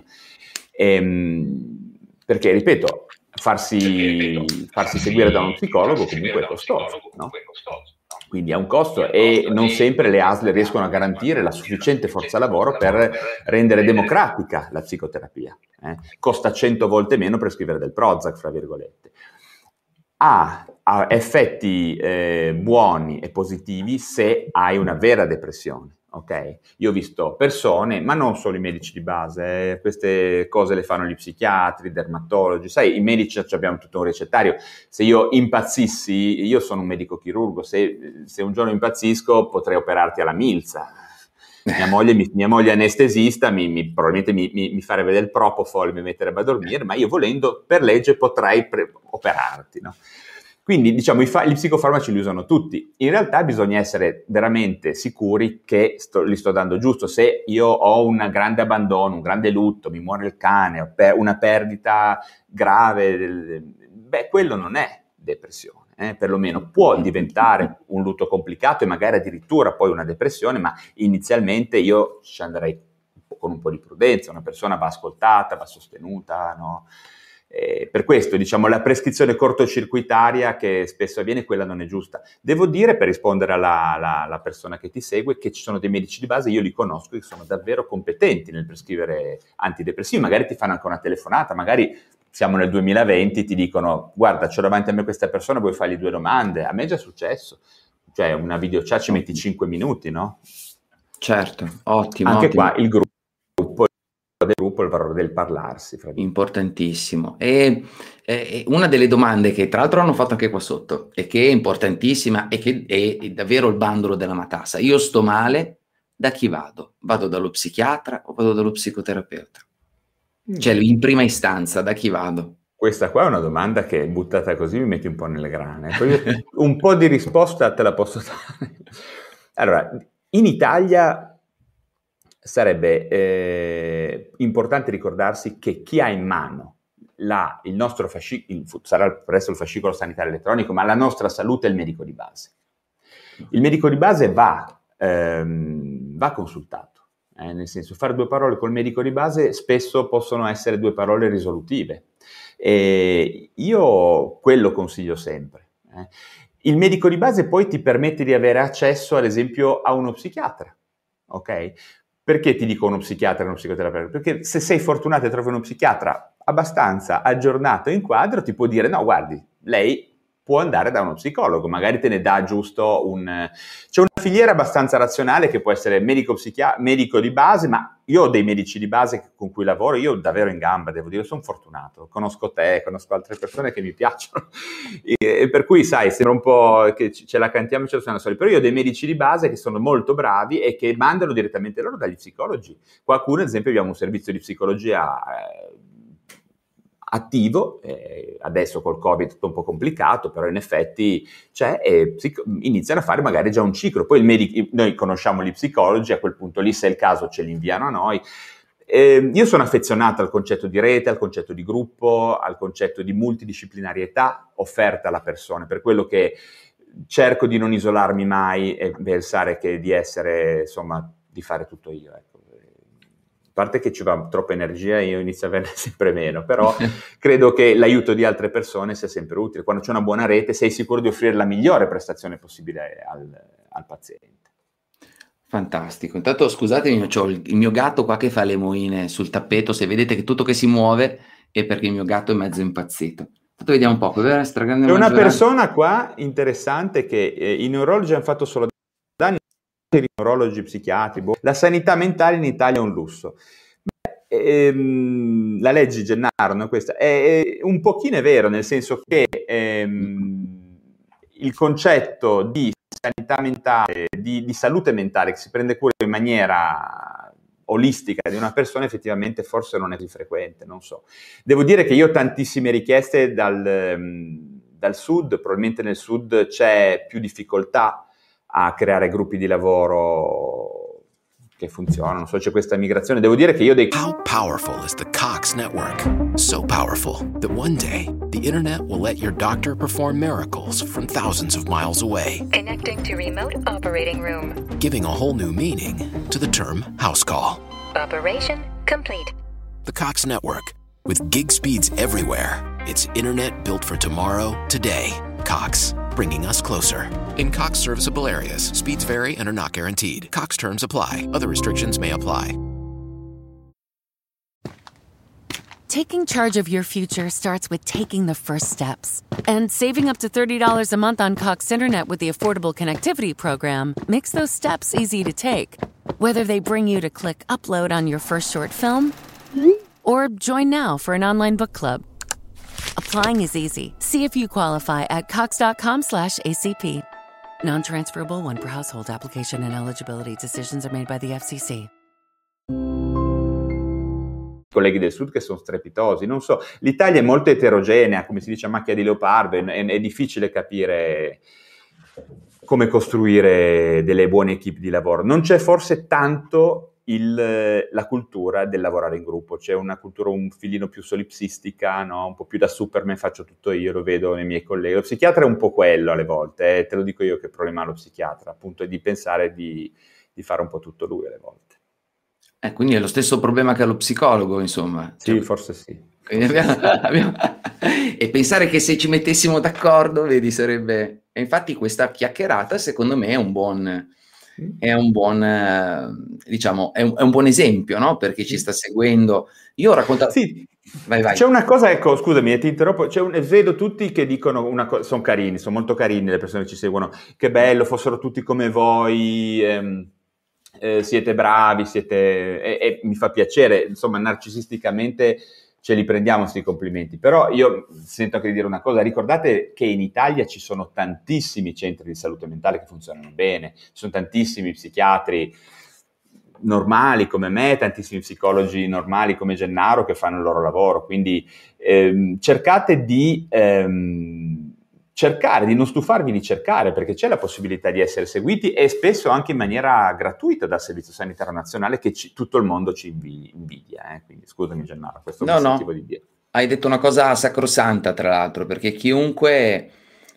Perché, ripeto, farsi seguire da uno psicologo comunque è costoso, no? Quindi ha un costo e non sempre le ASL riescono a garantire la sufficiente forza lavoro per rendere democratica la psicoterapia. Costa 100 volte meno prescrivere del Prozac, fra virgolette. Ha effetti buoni e positivi se hai una vera depressione, ok? Io ho visto persone, ma non solo i medici di base, queste cose le fanno gli psichiatri, i dermatologi, sai, i medici abbiamo tutto un ricettario. Se io impazzissi, io sono un medico chirurgo, se un giorno impazzisco potrei operarti alla milza. Mia moglie è anestesista, probabilmente mi farebbe del propofol, mi metterebbe a dormire, ma io volendo per legge potrei operarti, no? Quindi diciamo gli psicofarmaci li usano tutti. In realtà bisogna essere veramente sicuri che li sto dando giusto. Se io ho un grande abbandono, un grande lutto, mi muore il cane, ho una perdita grave, quello non è depressione. Perlomeno può diventare un lutto complicato e magari addirittura poi una depressione, ma inizialmente io ci andrei con un po' di prudenza. Una persona va ascoltata, va sostenuta, no? Per questo, diciamo, la prescrizione cortocircuitaria che spesso avviene, quella non è giusta. Devo dire, per rispondere alla persona che ti segue, che ci sono dei medici di base, io li conosco, che sono davvero competenti nel prescrivere antidepressivi. Magari ti fanno anche una telefonata, magari siamo nel 2020, ti dicono: guarda, c'ho davanti a me questa persona, vuoi fargli 2 domande? A me è già successo, cioè una video chat ci metti 5 minuti, no? Certo, ottimo. Anche ottimo. Qua il gruppo, il valore del parlarsi. Importantissimo. E una delle domande che tra l'altro hanno fatto anche qua sotto e che è importantissima e che è davvero il bandolo della matassa: io sto male, da chi vado? Vado dallo psichiatra o vado dallo psicoterapeuta? Cioè, in prima istanza, da chi vado? Questa qua è una domanda che, buttata così, mi metti un po' nelle grane. Poi un po' di risposta te la posso dare. Allora, in Italia sarebbe importante ricordarsi che chi ha in mano il nostro fascicolo, sarà presto il fascicolo sanitario elettronico, ma la nostra salute è il medico di base. Il medico di base va consultato. Nel senso, fare 2 parole col medico di base spesso possono essere 2 parole risolutive. Io quello consiglio sempre. Il medico di base poi ti permette di avere accesso, ad esempio, a uno psichiatra, ok? Perché ti dico uno psichiatra e uno psicoterapeuta? Perché se sei fortunato e trovi uno psichiatra abbastanza aggiornato in quadro, ti può dire: no, guardi, lei può andare da uno psicologo, magari te ne dà giusto c'è una filiera abbastanza razionale che può essere medico di base, ma io ho dei medici di base con cui lavoro, io davvero in gamba, devo dire, sono fortunato, conosco te, conosco altre persone che mi piacciono, e per cui, sai, sembra un po' che ce la cantiamo e ce la suoniamo soli, però io ho dei medici di base che sono molto bravi e che mandano direttamente loro dagli psicologi. Qualcuno, ad esempio, abbiamo un servizio di psicologia attivo, adesso col Covid è tutto un po' complicato, però in effetti c'è, iniziano a fare magari già un ciclo. Poi noi conosciamo gli psicologi, a quel punto lì, se è il caso, ce li inviano a noi. Io sono affezionato al concetto di rete, al concetto di gruppo, al concetto di multidisciplinarietà offerta alla persona, per quello che cerco di non isolarmi mai e pensare che di essere, insomma, di fare tutto io, ecco. A parte che ci va troppa energia, io inizio a averne sempre meno, però credo che l'aiuto di altre persone sia sempre utile. Quando c'è una buona rete sei sicuro di offrire la migliore prestazione possibile al paziente. Fantastico. Intanto scusatemi, c'ho il mio gatto qua che fa le moine sul tappeto. Se vedete che tutto che si muove è perché il mio gatto è mezzo impazzito. Intanto vediamo un po'. C'è una persona qua interessante che i neurologi hanno fatto solo danni, i neurologi, psichiatri, la sanità mentale in Italia è un lusso. La legge Gennaro, no, questa è un pochino è vero, nel senso che il concetto di sanità mentale, di salute mentale che si prende cura in maniera olistica di una persona, effettivamente forse non è così frequente, non so. Devo dire che io ho tantissime richieste dal sud, probabilmente nel sud c'è più difficoltà a creare gruppi di lavoro che funzionano, non so, c'è questa migrazione. Devo dire che io How powerful is the Cox network? So powerful that one day the internet will let your doctor perform miracles from thousands of miles away. Connecting to remote operating room. Giving a whole new meaning to the term house call. Operation complete. The Cox network, with gig speeds everywhere. It's internet built for tomorrow, today. Cox, bringing us closer. In Cox serviceable areas, speeds vary and are not guaranteed. Cox terms apply. Other restrictions may apply. Taking charge of your future starts with taking the first steps. And saving up to $30 a month on Cox Internet with the Affordable Connectivity Program makes those steps easy to take. Whether they bring you to click upload on your first short film or join now for an online book club. Applying is easy. See if you qualify at cox.com/ACP. Non-transferable one per household. Application and eligibility decisions are made by the FCC. colleghi del sud che sono strepitosi, non so, l'Italia è molto eterogenea, come si dice a macchia di leopardo, è difficile capire come costruire delle buone equip di lavoro. Non c'è forse tanto la cultura del lavorare in gruppo, c'è una cultura un filino più solipsistica, no? Un po' più da Superman, faccio tutto io, lo vedo nei miei colleghi. Lo psichiatra è un po' quello alle volte, te lo dico io che problema ha lo psichiatra, appunto, è di pensare di fare un po' tutto lui alle volte. Quindi è lo stesso problema che lo psicologo, insomma. Sì, forse sì. E pensare che se ci mettessimo d'accordo, vedi, sarebbe... E infatti questa chiacchierata, secondo me, è un buon diciamo, è un buon esempio, no? Perché ci sta seguendo. Io ho raccontato... Sì. Vai. C'è una cosa, ecco, scusami, ti interrompo, vedo tutti che dicono una cosa, sono carini, sono molto carini le persone che ci seguono, che bello, fossero tutti come voi, siete bravi, e mi fa piacere, insomma, narcisisticamente ce li prendiamo questi complimenti, però io sento anche di dire una cosa, ricordate che in Italia ci sono tantissimi centri di salute mentale che funzionano bene, ci sono tantissimi psichiatri normali come me, tantissimi psicologi normali come Gennaro che fanno il loro lavoro, quindi cercate di non stufarvi di cercare, perché c'è la possibilità di essere seguiti e spesso anche in maniera gratuita dal Servizio Sanitario Nazionale che tutto il mondo ci invidia. Quindi scusami Gennaro, questo mi sentivo di dire. Hai detto una cosa sacrosanta tra l'altro, perché chiunque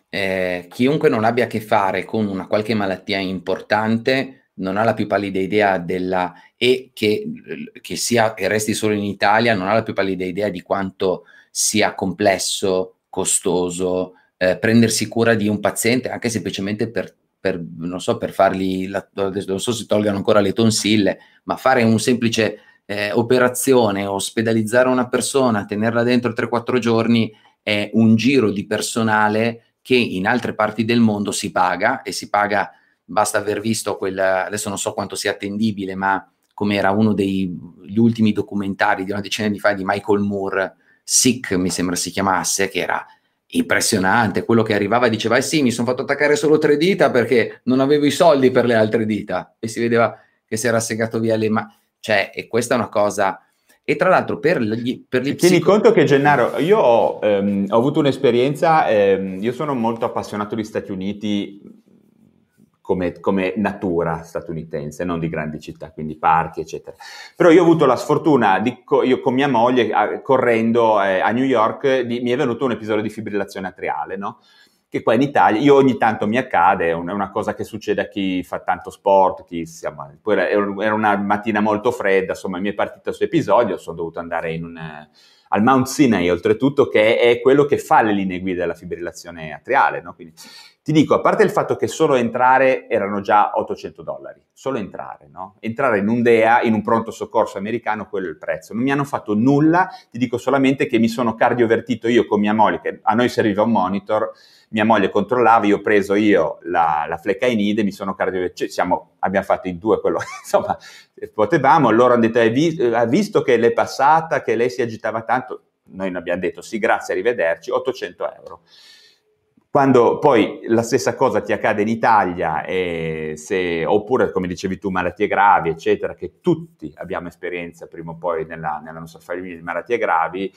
non abbia a che fare con una qualche malattia importante non ha la più pallida idea che sia e resti solo in Italia, non ha la più pallida idea di quanto sia complesso, costoso, prendersi cura di un paziente, anche semplicemente per non so, per fargli, non so se tolgano ancora le tonsille, ma fare un semplice operazione, ospedalizzare una persona, tenerla dentro 3-4 giorni, è un giro di personale che in altre parti del mondo si paga, e si paga, basta aver visto adesso non so quanto sia attendibile, ma come era uno degli ultimi documentari di una decina di fa di Michael Moore, Sick mi sembra si chiamasse, che era impressionante, quello che arrivava e diceva sì, mi sono fatto attaccare solo 3 dita perché non avevo i soldi per le altre dita, e si vedeva che si era segato via le mani, cioè, e questa è una cosa. E tra l'altro per gli tieni conto che Gennaro, io ho avuto un'esperienza, io sono molto appassionato di Stati Uniti come natura statunitense, non di grandi città, quindi parchi, eccetera. Però io ho avuto la sfortuna, io con mia moglie, correndo a New York, mi è venuto un episodio di fibrillazione atriale, no? Che qua in Italia, io ogni tanto mi accade, è una cosa che succede a chi fa tanto sport, poi era una mattina molto fredda, insomma mi è partito questo episodio, sono dovuto andare al Mount Sinai, oltretutto, che è quello che fa le linee guida della fibrillazione atriale, no? Quindi ti dico, a parte il fatto che solo entrare erano già $800, solo entrare, no? Entrare in un DEA, in un pronto soccorso americano, quello è il prezzo. Non mi hanno fatto nulla, ti dico solamente che mi sono cardiovertito io con mia moglie, che a noi serviva un monitor, mia moglie controllava, io ho preso la flecainide, mi sono cardiovertito, abbiamo fatto in 2 quello, insomma, potevamo, loro hanno detto, ha visto che l'è passata, che lei si agitava tanto, noi ne abbiamo detto sì, grazie, arrivederci, €800. Quando poi la stessa cosa ti accade in Italia, oppure come dicevi tu, malattie gravi, eccetera, che tutti abbiamo esperienza prima o poi nella nostra famiglia di malattie gravi,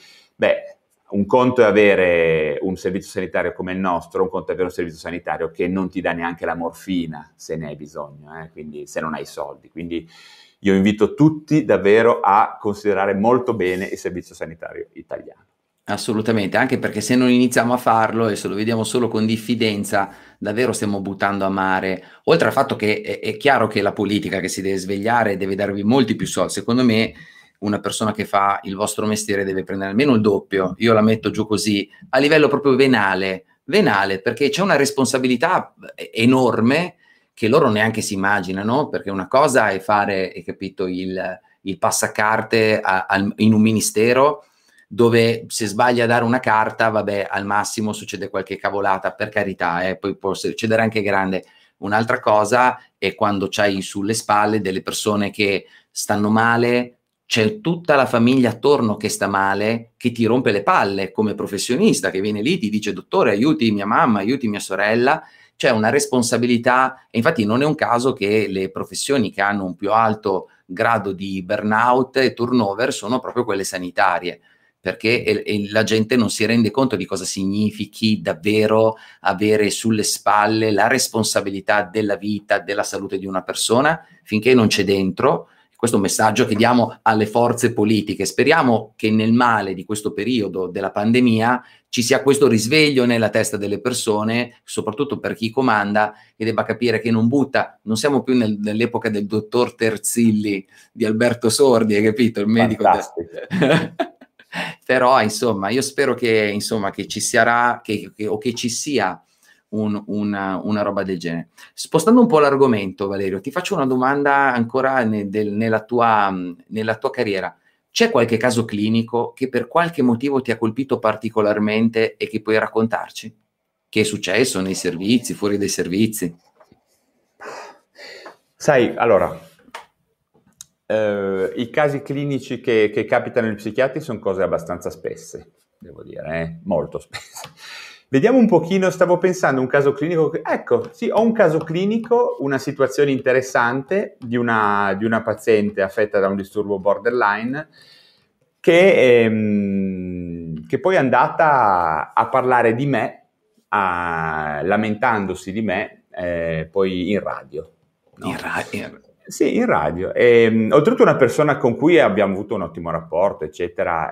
un conto è avere un servizio sanitario come il nostro, un conto è avere un servizio sanitario che non ti dà neanche la morfina se ne hai bisogno, quindi se non hai soldi. Quindi io invito tutti davvero a considerare molto bene il servizio sanitario italiano. Assolutamente, anche perché se non iniziamo a farlo e se lo vediamo solo con diffidenza, davvero stiamo buttando a mare. Oltre al fatto che è chiaro che la politica che si deve svegliare deve darvi molti più soldi. Secondo me una persona che fa il vostro mestiere deve prendere almeno il doppio, io la metto giù così, a livello proprio venale, perché c'è una responsabilità enorme che loro neanche si immaginano, perché una cosa è fare, hai capito, il passacarte in un ministero, dove se sbaglia a dare una carta, vabbè, al massimo succede qualche cavolata, per carità, poi può succedere anche grande. Un'altra cosa è quando c'hai sulle spalle delle persone che stanno male, c'è tutta la famiglia attorno che sta male, che ti rompe le palle come professionista, che viene lì, ti dice: dottore, aiuti mia mamma, aiuti mia sorella. C'è una responsabilità, e infatti non è un caso che le professioni che hanno un più alto grado di burnout e turnover sono proprio quelle sanitarie, perché la gente non si rende conto di cosa significhi davvero avere sulle spalle la responsabilità della vita, della salute di una persona, finché non c'è dentro. Questo è un messaggio che diamo alle forze politiche. Speriamo che nel male di questo periodo della pandemia ci sia questo risveglio nella testa delle persone, soprattutto per chi comanda, che debba capire che non siamo più nell'epoca del dottor Terzilli di Alberto Sordi, hai capito? Il medico. Però, insomma, io spero che ci sia una roba del genere. Spostando un po' l'argomento, Valerio, ti faccio una domanda ancora nella tua carriera. C'è qualche caso clinico che per qualche motivo ti ha colpito particolarmente e che puoi raccontarci? Che è successo nei servizi, fuori dai servizi? Sai, allora, i casi clinici che capitano agli psichiatri sono cose abbastanza spesse, devo dire, molto spesse. Vediamo un pochino, stavo pensando un caso clinico, ecco, sì, ho un caso clinico, una situazione interessante di una paziente affetta da un disturbo borderline che poi è andata a parlare di me, lamentandosi di me, poi in radio. No? In radio? Sì, in radio. Oltretutto una persona con cui abbiamo avuto un ottimo rapporto, eccetera.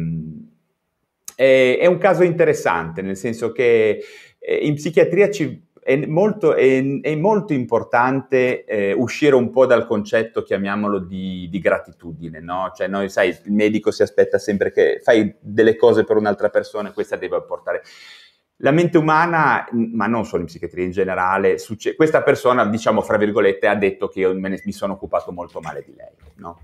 È un caso interessante, nel senso che in psichiatria è molto importante uscire un po' dal concetto, chiamiamolo, di gratitudine, no? Cioè noi, sai, il medico si aspetta sempre che fai delle cose per un'altra persona e questa deve portare... La mente umana, ma non solo in psichiatria in generale, questa persona, diciamo, fra virgolette, ha detto che io mi sono occupato molto male di lei, no?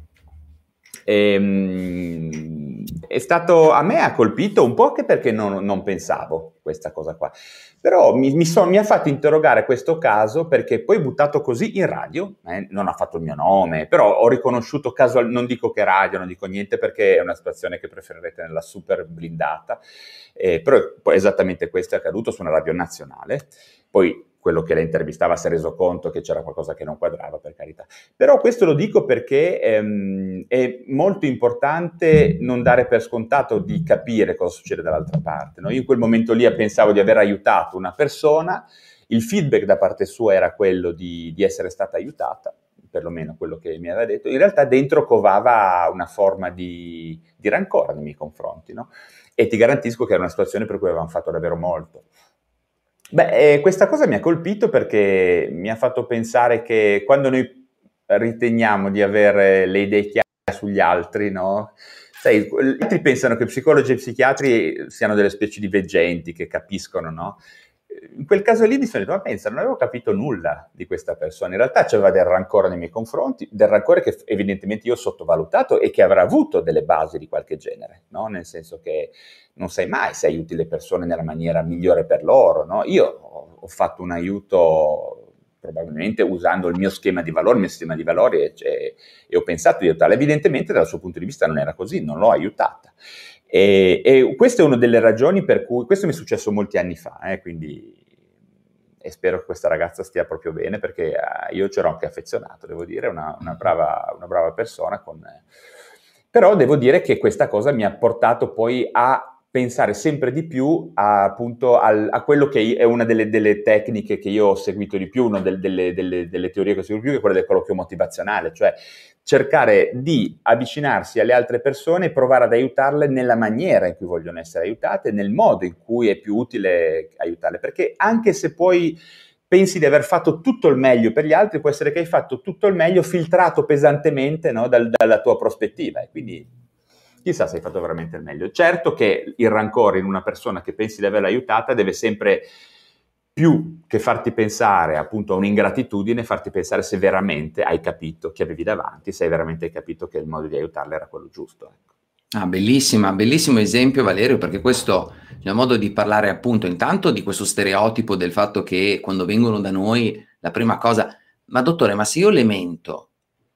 A me ha colpito un po' anche perché non pensavo questa cosa qua, però mi ha fatto interrogare questo caso, perché poi buttato così in radio, non ha fatto il mio nome, però ho riconosciuto non dico che radio, non dico niente perché è una situazione che preferirete nella super blindata, però poi esattamente questo è accaduto su una radio nazionale. Poi quello che la intervistava si è reso conto che c'era qualcosa che non quadrava, per carità. Però questo lo dico perché è molto importante non dare per scontato di capire cosa succede dall'altra parte, no? Io in quel momento lì pensavo di aver aiutato una persona, il feedback da parte sua era quello di essere stata aiutata, perlomeno quello che mi aveva detto. In realtà dentro covava una forma di rancore nei miei confronti, no? E ti garantisco che era una situazione per cui avevamo fatto davvero molto. Questa cosa mi ha colpito perché mi ha fatto pensare che quando noi riteniamo di avere le idee chiare sugli altri, no? Sai, gli altri pensano che psicologi e psichiatri siano delle specie di veggenti che capiscono, no? In quel caso lì mi sono detto, ma pensa, non avevo capito nulla di questa persona. In realtà c'era del rancore nei miei confronti, del rancore che evidentemente io ho sottovalutato e che avrà avuto delle basi di qualche genere, no? Nel senso che non sai mai se aiuti le persone nella maniera migliore per loro, no? Io ho fatto un aiuto probabilmente usando il mio schema di valori, il mio sistema di valori e ho pensato di aiutarla. Evidentemente dal suo punto di vista non era così, non l'ho aiutata. E questa è una delle ragioni per cui, questo mi è successo molti anni fa, quindi, e spero che questa ragazza stia proprio bene, perché io c'ero anche affezionato, devo dire, una brava persona, però devo dire che questa cosa mi ha portato poi a pensare sempre di più appunto a quello che è una delle tecniche che io ho seguito di più, una delle teorie che ho seguito di più, che è quella del colloquio motivazionale, cioè cercare di avvicinarsi alle altre persone e provare ad aiutarle nella maniera in cui vogliono essere aiutate, nel modo in cui è più utile aiutarle, perché anche se poi pensi di aver fatto tutto il meglio per gli altri, può essere che hai fatto tutto il meglio filtrato pesantemente, no, dalla tua prospettiva, e quindi chissà se hai fatto veramente il meglio. Certo che il rancore in una persona che pensi di averla aiutata deve sempre, più che farti pensare appunto a un'ingratitudine, farti pensare se veramente hai capito chi avevi davanti, se veramente hai capito che il modo di aiutarla era quello giusto. Ecco. Bellissimo esempio, Valerio, perché questo è un modo di parlare appunto intanto di questo stereotipo del fatto che quando vengono da noi la prima cosa, ma dottore, ma se io le mento,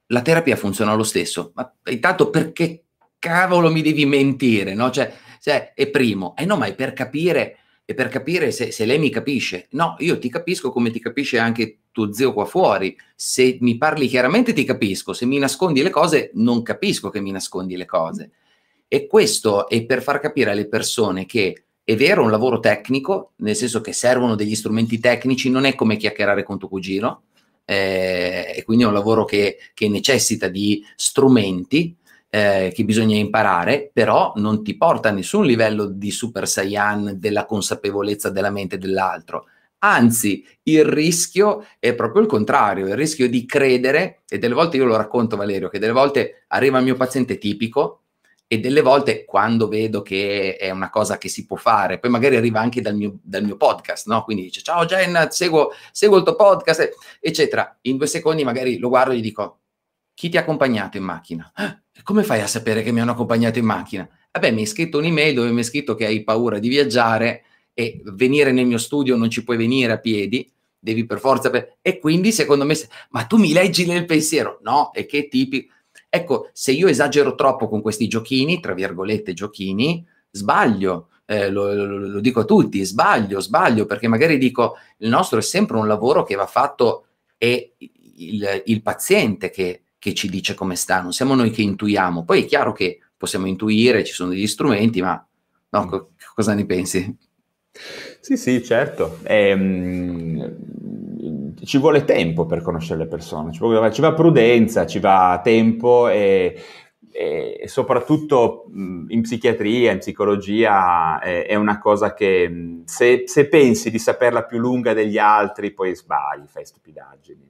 la terapia funziona lo stesso. Ma intanto perché cavolo mi devi mentire, no? Cioè è primo. No, ma è per capire se lei mi capisce. No, io ti capisco come ti capisce anche tuo zio qua fuori. Se mi parli chiaramente ti capisco, se mi nascondi le cose non capisco che mi nascondi le cose. E questo è per far capire alle persone che è vero un lavoro tecnico, nel senso che servono degli strumenti tecnici, non è come chiacchierare con tuo cugino, e quindi è un lavoro che necessita di strumenti che bisogna imparare, però non ti porta a nessun livello di Super Saiyan della consapevolezza della mente dell'altro. Anzi, il rischio è proprio il contrario, il rischio di credere, e delle volte io lo racconto, Valerio, che delle volte arriva il mio paziente tipico e delle volte quando vedo che è una cosa che si può fare, poi magari arriva anche dal mio podcast, no? Quindi dice ciao Jen, seguo il tuo podcast, eccetera. In 2 secondi magari lo guardo e gli dico chi ti ha accompagnato in macchina? Come fai a sapere che mi hanno accompagnato in macchina? Vabbè, mi hai scritto un'email dove mi hai scritto che hai paura di viaggiare e venire nel mio studio non ci puoi venire a piedi, devi per forza... E quindi secondo me... Ma tu mi leggi nel pensiero? No, e che tipi... Ecco, se io esagero troppo con questi giochini, tra virgolette giochini, sbaglio. Lo dico a tutti, sbaglio, perché magari dico il nostro è sempre un lavoro che va fatto, è il paziente che ci dice come sta, non siamo noi che intuiamo. Poi è chiaro che possiamo intuire, ci sono degli strumenti, ma no, cosa ne pensi? Sì, certo. Ci vuole tempo per conoscere le persone, ci va prudenza, ci va tempo e soprattutto in psichiatria, in psicologia è una cosa che se pensi di saperla più lunga degli altri poi sbagli, fai stupidaggini.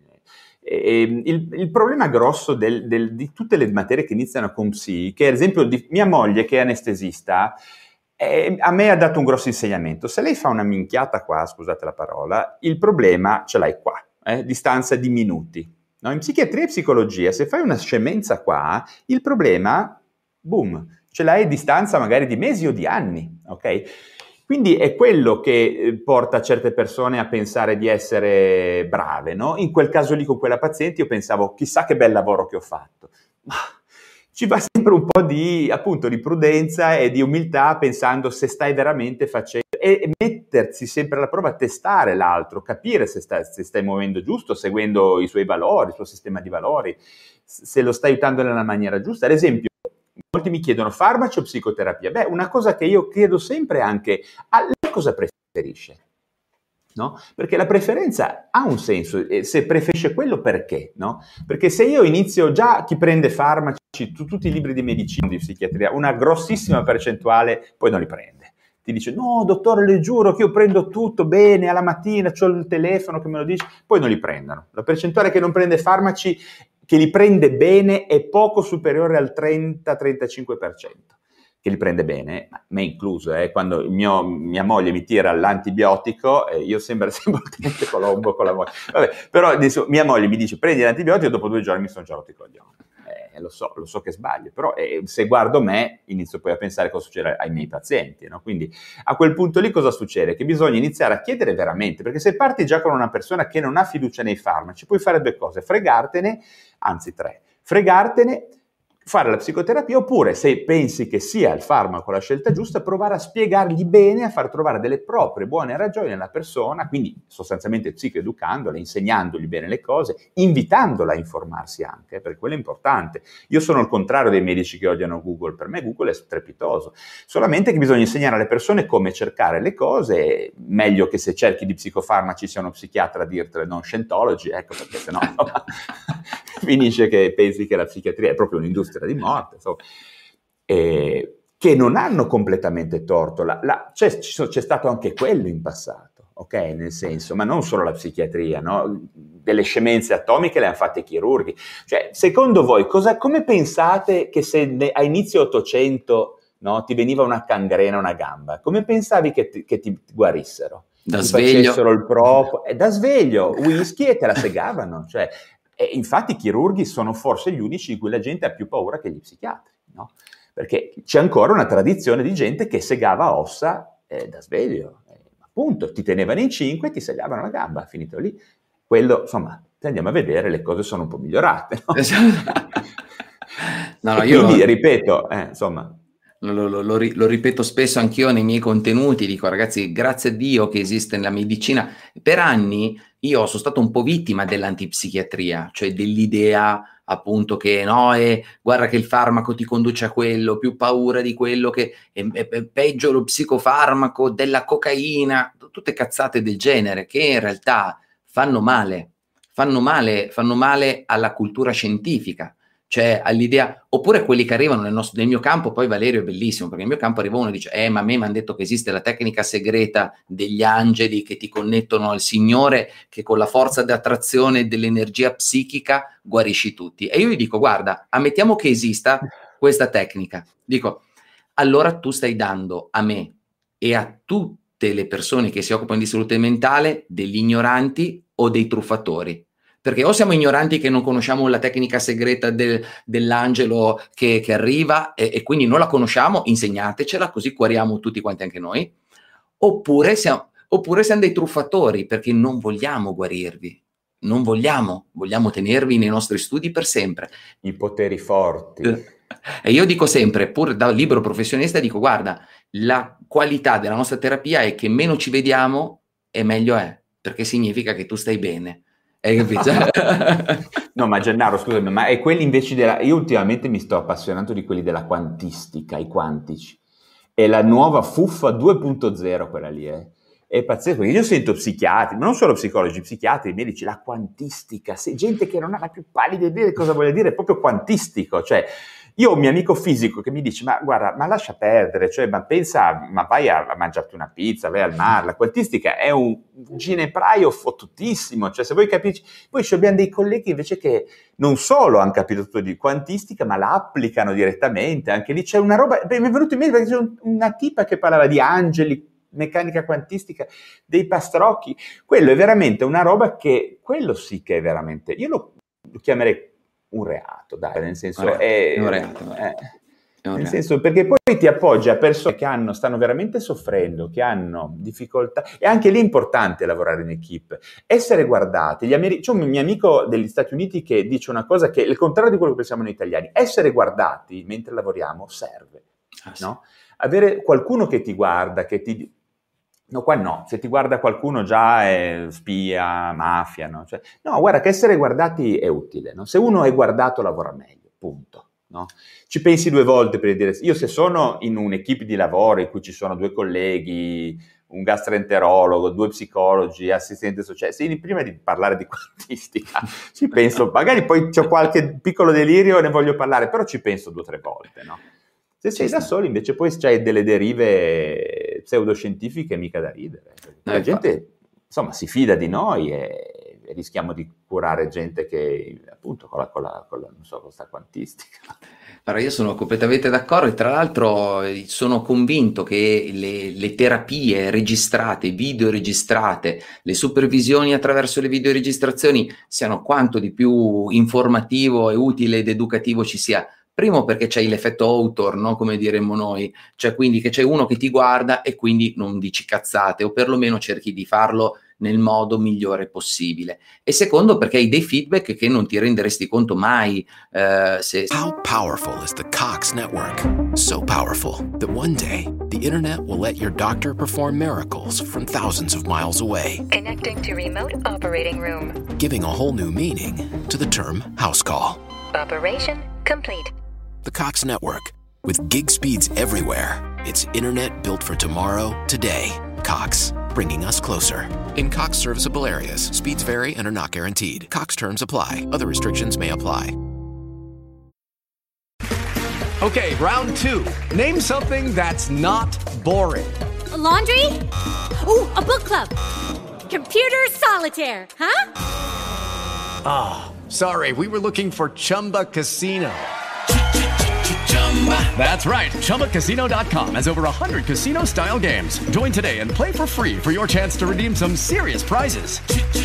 Il problema grosso di tutte le materie che iniziano con psi, che ad esempio di mia moglie che è anestesista, a me ha dato un grosso insegnamento. Se lei fa una minchiata qua, scusate la parola, il problema ce l'hai qua, distanza di minuti. No? In psichiatria e psicologia, se fai una scemenza qua, il problema, boom, ce l'hai a distanza magari di mesi o di anni, ok? Quindi è quello che porta certe persone a pensare di essere brave, no? In quel caso lì con quella paziente io pensavo, chissà che bel lavoro che ho fatto. Ma ci va sempre un po' di prudenza e di umiltà pensando se stai veramente facendo e mettersi sempre alla prova, testare l'altro, capire se stai muovendo giusto, seguendo i suoi valori, il suo sistema di valori, se lo stai aiutando nella maniera giusta. Ad esempio, molti mi chiedono farmaci o psicoterapia. Beh, una cosa che io chiedo sempre anche, lei cosa preferisce? No? Perché la preferenza ha un senso, se preferisce quello perché? No? Perché se io inizio già, chi prende farmaci, tutti i libri di medicina, di psichiatria, una grossissima percentuale poi non li prende. Ti dice, no dottore, le giuro che io prendo tutto bene, alla mattina c'ho il telefono che me lo dice, poi non li prendono. La percentuale che non prende farmaci, che li prende bene, è poco superiore al 30-35%. Che li prende bene, me incluso, quando mia moglie mi tira l'antibiotico, io sembra sempre Colombo con la moglie. Vabbè, però adesso, mia moglie mi dice prendi l'antibiotico, dopo 2 giorni mi sono già rotto i coglioni. Lo so che sbaglio, però se guardo me inizio poi a pensare cosa succede ai miei pazienti, no? Quindi a quel punto lì cosa succede? Che bisogna iniziare a chiedere veramente, perché se parti già con una persona che non ha fiducia nei farmaci, puoi fare 2 cose, fregartene, anzi 3, fregartene, fare la psicoterapia, oppure se pensi che sia il farmaco la scelta giusta, provare a spiegargli bene, a far trovare delle proprie buone ragioni alla persona, quindi sostanzialmente psicoeducandola, insegnandogli bene le cose, invitandola a informarsi anche, perché quello è importante. Io sono il contrario dei medici che odiano Google, per me Google è strepitoso, solamente che bisogna insegnare alle persone come cercare le cose, meglio che se cerchi di psicofarmaci sia uno psichiatra a dirtele, non Scientology, ecco, perché sennò finisce che pensi che la psichiatria è proprio un'industria di morte, insomma, che non hanno completamente torto. C'è stato anche quello in passato, ok? Nel senso, ma non solo la psichiatria, no? Delle scemenze atomiche le hanno fatte i chirurghi. Cioè, secondo voi, come pensate che se a inizio 800, no, ti veniva una gangrena, una gamba, come pensavi che ti guarissero? Da sveglio. Facessero il da sveglio, whisky e te la segavano, cioè... E infatti i chirurghi sono forse gli unici in cui la gente ha più paura che gli psichiatri, no? Perché c'è ancora una tradizione di gente che segava ossa da sveglio, appunto, ti tenevano in 5 e ti segavano la gamba, finito lì. Quello, insomma, se andiamo a vedere le cose sono un po' migliorate, no? No, io quindi ripeto, insomma... Lo ripeto spesso anch'io nei miei contenuti, dico ragazzi, grazie a Dio che esiste la medicina. Per anni io sono stato un po' vittima dell'antipsichiatria, cioè dell'idea appunto che no, guarda che il farmaco ti conduce a quello, più paura di quello, che è peggio lo psicofarmaco della cocaina, tutte cazzate del genere che in realtà fanno male alla cultura scientifica. Cioè all'idea, oppure quelli che arrivano nel mio campo, poi Valerio è bellissimo, perché nel mio campo arriva uno e dice, ma a me mi hanno detto che esiste la tecnica segreta degli angeli che ti connettono al Signore, che con la forza d'attrazione dell'energia psichica guarisci tutti. E io gli dico, guarda, ammettiamo che esista questa tecnica. Dico, allora tu stai dando a me e a tutte le persone che si occupano di salute mentale degli ignoranti o dei truffatori. Perché o siamo ignoranti che non conosciamo la tecnica segreta dell'angelo che arriva e quindi non la conosciamo, insegnatecela così guariamo tutti quanti anche noi, oppure siamo dei truffatori perché non vogliamo guarirvi, vogliamo tenervi nei nostri studi per sempre. I poteri forti. E io dico sempre, pur da libero professionista, dico guarda, la qualità della nostra terapia è che meno ci vediamo e meglio è, perché significa che tu stai bene. Hai capito? No, ma Gennaro, scusami, ma è quelli invece io ultimamente mi sto appassionando di quelli della quantistica, i quantici. È la nuova fuffa 2.0 quella lì, È pazzesco, perché io sento psichiatri, ma non solo psicologi, psichiatri, medici, la quantistica, gente che non ha la più pallida idea di cosa voglia dire, è proprio quantistico, cioè io ho un mio amico fisico che mi dice, ma guarda, ma lascia perdere, cioè ma pensa, ma vai a mangiarti una pizza, vai al mare, la quantistica è un ginepraio fottutissimo, cioè se voi capisci, poi abbiamo dei colleghi invece che non solo hanno capito tutto di quantistica, ma la applicano direttamente, anche lì c'è una roba, mi è venuto in mente perché c'è una tipa che parlava di angeli, meccanica quantistica, dei pastrocchi, quello è veramente una roba che, quello sì che è veramente, io lo chiamerei un reato, dai, nel senso è un reato. Nel senso, perché poi ti appoggi a persone che stanno veramente soffrendo, che hanno difficoltà, e anche lì è importante lavorare in equipe, essere guardati. C'è un mio amico degli Stati Uniti che dice una cosa che è il contrario di quello che pensiamo noi italiani: essere guardati mentre lavoriamo serve, no? Avere qualcuno che ti guarda, che ti... No, qua no, se ti guarda qualcuno già è spia, mafia, no? Cioè, no, guarda che essere guardati è utile, no? Se uno è guardato lavora meglio, punto, no? Ci pensi due volte per dire, io se sono in un'equipe di lavoro in cui ci sono 2 colleghi, un gastroenterologo, 2 psicologi, assistente sociale, se prima di parlare di quantistica ci penso, magari poi c'ho qualche piccolo delirio e ne voglio parlare, però ci penso 2 o 3 volte, no? Se sei da solo invece poi c'hai delle derive pseudoscientifiche mica da ridere. La gente insomma si fida di noi e rischiamo di curare gente che appunto con la non so, con sta quantistica. Allora, io sono completamente d'accordo e tra l'altro sono convinto che le terapie registrate, video registrate, le supervisioni attraverso le videoregistrazioni siano quanto di più informativo e utile ed educativo ci sia. Primo perché c'è l'effetto author, no? Come diremmo noi, cioè quindi che c'è uno che ti guarda e quindi non dici cazzate o perlomeno cerchi di farlo nel modo migliore possibile. E secondo perché hai dei feedback che non ti renderesti conto mai. How powerful is the Cox Network? So powerful that one day the internet will let your doctor perform miracles from thousands of miles away. Connecting to remote operating room. Giving a whole new meaning to the term house call. Operation complete. The Cox Network. With gig speeds everywhere, it's internet built for tomorrow, today. Cox, bringing us closer. In Cox serviceable areas, speeds vary and are not guaranteed. Cox terms apply. Other restrictions may apply. Okay, round 2. Name something that's not boring. A laundry? Ooh, a book club. Computer solitaire, huh? Ah, sorry, we were looking for Chumba Casino. That's right. ChumbaCasino.com has over 100 casino-style games. Join today and play for free for your chance to redeem some serious prizes.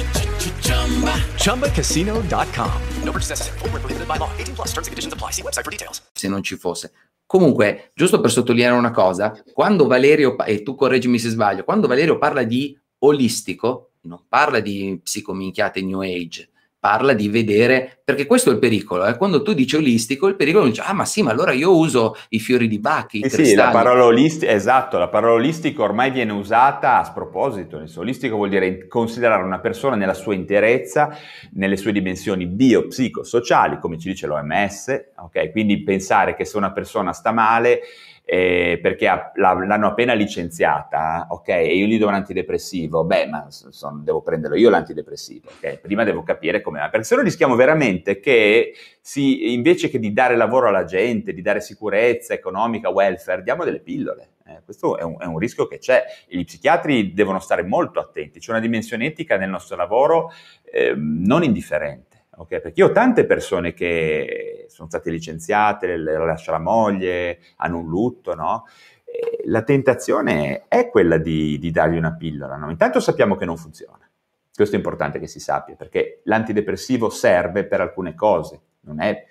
ChumbaCasino.com. No purchase necessary. Void where prohibited by law. 18+ terms and conditions apply. See website for details. Se non ci fosse. Comunque, giusto per sottolineare una cosa, quando Valerio, e tu correggimi se sbaglio, quando Valerio parla di olistico, non parla di psicominchiate New Age, parla di vedere, perché questo è il pericolo, quando tu dici olistico, il pericolo dice, ma sì, ma allora io uso i fiori di Bach, i cristalli. Sì, la parola esatto, la parola olistico ormai viene usata a sproposito. Olistico vuol dire considerare una persona nella sua interezza, nelle sue dimensioni bio-psico-sociali, come ci dice l'OMS, ok? Quindi pensare che se una persona sta male perché l'hanno appena licenziata, ok? E io gli do un antidepressivo, devo prenderlo io l'antidepressivo, ok? Prima devo capire come va, perché se no rischiamo veramente che invece che di dare lavoro alla gente, di dare sicurezza economica, welfare, diamo delle pillole. Questo è un rischio che c'è, e gli psichiatri devono stare molto attenti, c'è una dimensione etica nel nostro lavoro non indifferente. Okay, perché io ho tante persone che sono state licenziate, le lascia la moglie, hanno un lutto, no? E la tentazione è quella di dargli una pillola, no? Intanto sappiamo che non funziona, questo è importante che si sappia, perché l'antidepressivo serve per alcune cose, non è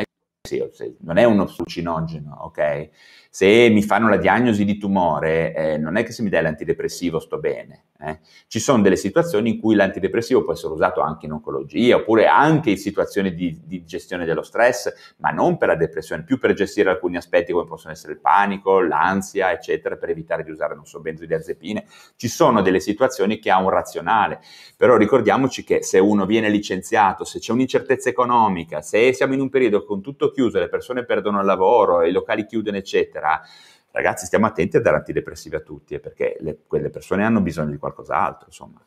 uno allucinogeno, ok? Se mi fanno la diagnosi di tumore, non è che se mi dai l'antidepressivo sto bene. Ci sono delle situazioni in cui l'antidepressivo può essere usato anche in oncologia, oppure anche in situazioni di gestione dello stress, ma non per la depressione, più per gestire alcuni aspetti come possono essere il panico, l'ansia, eccetera, per evitare di usare, benzodiazepine. Ci sono delle situazioni che ha un razionale, però ricordiamoci che se uno viene licenziato, se c'è un'incertezza economica, se siamo in un periodo con tutto chiuso, le persone perdono il lavoro, i locali chiudono, eccetera, ragazzi, stiamo attenti a dare antidepressivi a tutti, perché quelle persone hanno bisogno di qualcos'altro, insomma.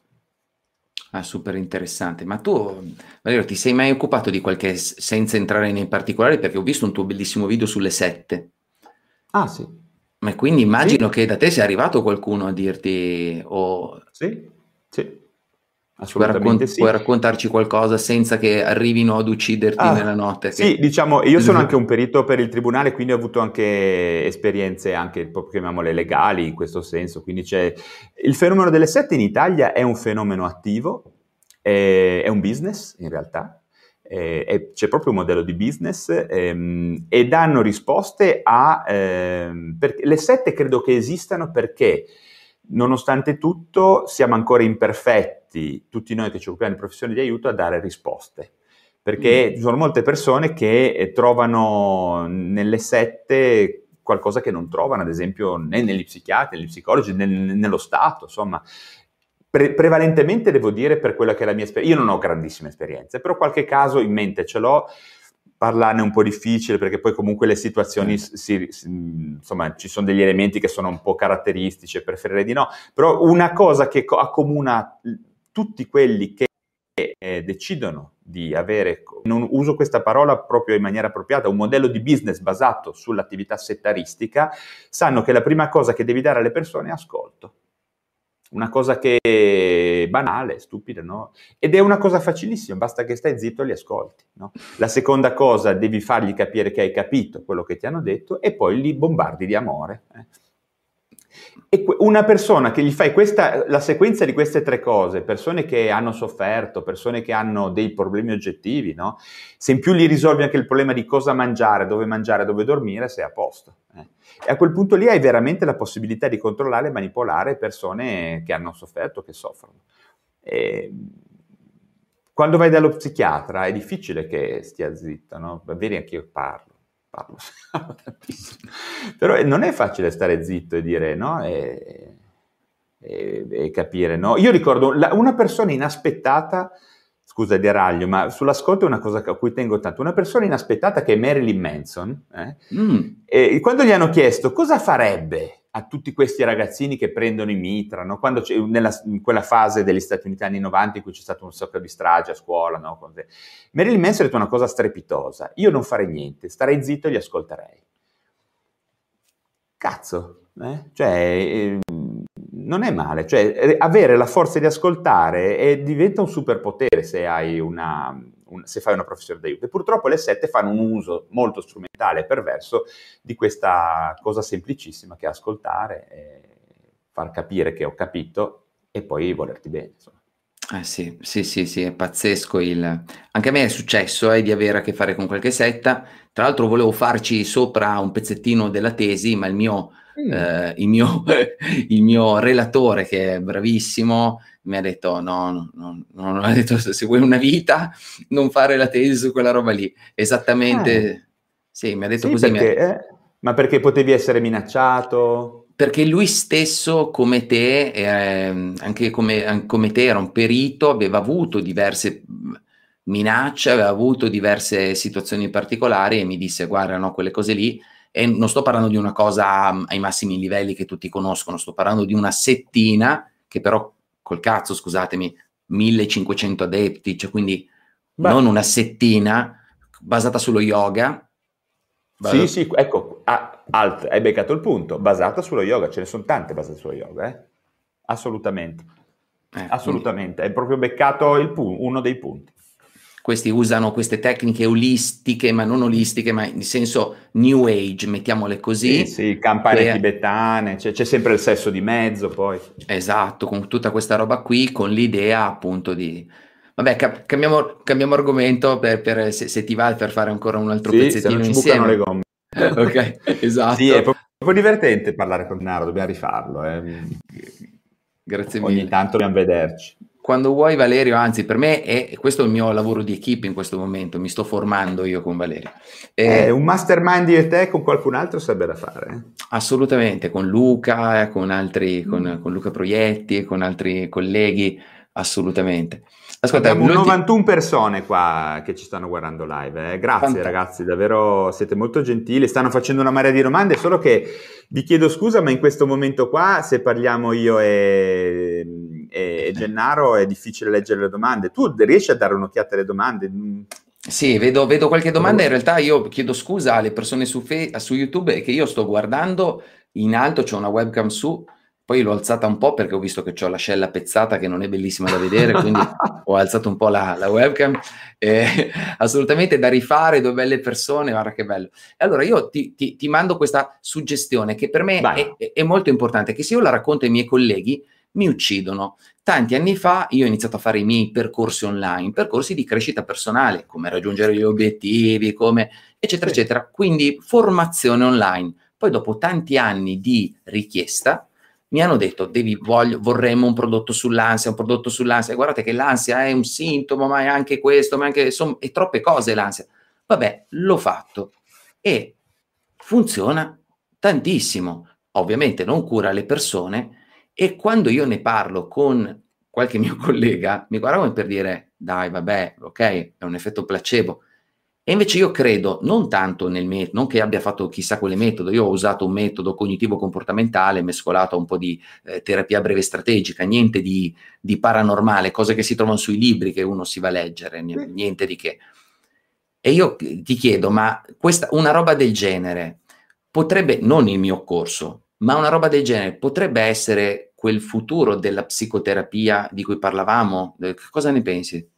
Super interessante. Ma tu, Valerio, ti sei mai occupato di qualche, senza entrare nei particolari, perché ho visto un tuo bellissimo video sulle sette. Ah, sì. Ma quindi immagino che da te sia arrivato qualcuno a dirti... Sì. Assolutamente sì. Puoi raccontarci qualcosa senza che arrivino ad ucciderti nella notte? Sì, diciamo, io sono anche un perito per il tribunale, quindi ho avuto anche esperienze, anche proprio chiamiamole legali in questo senso. Quindi c'è il fenomeno delle sette in Italia, è un fenomeno attivo, è un business in realtà, c'è proprio un modello di business e danno risposte perché le sette credo che esistano perché nonostante tutto siamo ancora imperfetti, tutti noi che ci occupiamo di professioni di aiuto, a dare risposte, perché ci sono molte persone che trovano nelle sette qualcosa che non trovano, ad esempio né negli psichiatri, negli psicologi, nello Stato, insomma. Prevalentemente devo dire, per quella che è la mia esperienza, io non ho grandissime esperienze, però qualche caso in mente ce l'ho. Parlarne è un po' difficile perché poi comunque le situazioni, insomma, ci sono degli elementi che sono un po' caratteristici e preferirei di no, però una cosa che accomuna tutti quelli che decidono di avere, non uso questa parola proprio in maniera appropriata, un modello di business basato sull'attività settaristica, sanno che la prima cosa che devi dare alle persone è ascolto. Una cosa che è banale, stupida, no? Ed è una cosa facilissima, basta che stai zitto e li ascolti, no? La seconda cosa, devi fargli capire che hai capito quello che ti hanno detto e poi li bombardi di amore. E una persona che gli fai la sequenza di queste tre cose, persone che hanno sofferto, persone che hanno dei problemi oggettivi, no? Se in più gli risolvi anche il problema di cosa mangiare, dove dormire, sei a posto. E a quel punto lì hai veramente la possibilità di controllare e manipolare persone che hanno sofferto, che soffrono. Quando vai dallo psichiatra è difficile che stia zitto, no? Vedi, anche io parlo tantissimo. Però non è facile stare zitto e dire no e capire, no? Io ricordo una persona inaspettata, scusa deraglio, ma sull'ascolto è una cosa a cui tengo tanto, una persona inaspettata che è Marilyn Manson, e quando gli hanno chiesto cosa farebbe a tutti questi ragazzini che prendono i mitra, no? Quando in quella fase degli Stati Uniti anni 90 in cui c'è stato un sacco di stragi a scuola, no? Marilyn Manson ha detto una cosa strepitosa: io non farei niente, starei zitto e li ascolterei. Cazzo, cioè non è male, cioè avere la forza di ascoltare diventa un superpotere se hai se fai una professione d'aiuto. E purtroppo le sette fanno un uso molto strumentale e perverso di questa cosa semplicissima che è ascoltare, e far capire che ho capito e poi volerti bene, insomma. Sì, è pazzesco. Anche a me è successo di avere a che fare con qualche setta. Tra l'altro volevo farci sopra un pezzettino della tesi, ma il mio il mio relatore, che è bravissimo, mi ha detto no, ha detto, se vuoi una vita non fare la tesi su quella roba lì, esattamente. Sì, mi ha detto così. Perché, ma perché potevi essere minacciato? Perché lui stesso, come te, anche come te, era un perito, aveva avuto diverse minacce, aveva avuto diverse situazioni particolari, e mi disse: guarda, no, quelle cose lì, e non sto parlando di una cosa ai massimi livelli che tutti conoscono, sto parlando di una settina che però, col cazzo, scusatemi, 1500 adepti, cioè quindi non una settina basata sullo yoga. Sì, ecco, hai beccato il punto, basata sullo yoga, ce ne sono tante basate sullo yoga, assolutamente, assolutamente, hai proprio beccato uno dei punti. Questi usano queste tecniche olistiche, ma non olistiche, ma in senso New Age, mettiamole così. Sì, campane tibetane, c'è sempre il sesso di mezzo poi. Esatto, con tutta questa roba qui, con l'idea appunto di... Vabbè, cambiamo argomento se ti va, per fare ancora un altro pezzettino insieme. Se non ci bucano le gomme. Ok, esatto. Sì, è proprio divertente parlare con Naro, dobbiamo rifarlo. Grazie mille. Ogni tanto dobbiamo vederci. Quando vuoi, Valerio, anzi, per me questo è il mio lavoro di equipe in questo momento, mi sto formando io con Valerio. Un mastermind io e te con qualcun altro sarebbe da fare. Assolutamente, con Luca, con altri, con Luca Proietti, con altri colleghi, assolutamente. Ascolta, abbiamo 91 persone qua che ci stanno guardando live. Grazie ragazzi, davvero siete molto gentili, stanno facendo una marea di domande, solo che vi chiedo scusa, ma in questo momento qua, se parliamo io e Gennaro, è difficile leggere le domande. Tu riesci a dare un'occhiata alle domande? Sì, vedo qualche domanda. In realtà io chiedo scusa alle persone su YouTube, che io sto guardando in alto, c'è una webcam su, poi l'ho alzata un po' perché ho visto che c'ho l'ascella pezzata che non è bellissima da vedere, quindi ho alzato un po' la webcam. Assolutamente da rifare, due belle persone, guarda che bello. E allora io ti mando questa suggestione che per me è molto importante, che se io la racconto ai miei colleghi mi uccidono. Tanti anni fa io ho iniziato a fare i miei percorsi online, percorsi di crescita personale, come raggiungere gli obiettivi, come eccetera, eccetera. Quindi formazione online. Poi dopo tanti anni di richiesta mi hanno detto: vorremmo un prodotto sull'ansia, E guardate che l'ansia è un sintomo, ma è anche questo, ma anche è troppe cose l'ansia. Vabbè, l'ho fatto e funziona tantissimo. Ovviamente non cura le persone, e quando io ne parlo con qualche mio collega mi guardano per dire: dai, vabbè, ok, è un effetto placebo. E invece io credo non tanto nel metodo, non che abbia fatto chissà quale metodo, io ho usato un metodo cognitivo-comportamentale mescolato a un po' di terapia breve strategica, niente di paranormale, cose che si trovano sui libri che uno si va a leggere, niente di che. E io ti chiedo, ma una roba del genere potrebbe, non il mio corso, ma una roba del genere potrebbe essere quel futuro della psicoterapia di cui parlavamo? Cosa ne pensi?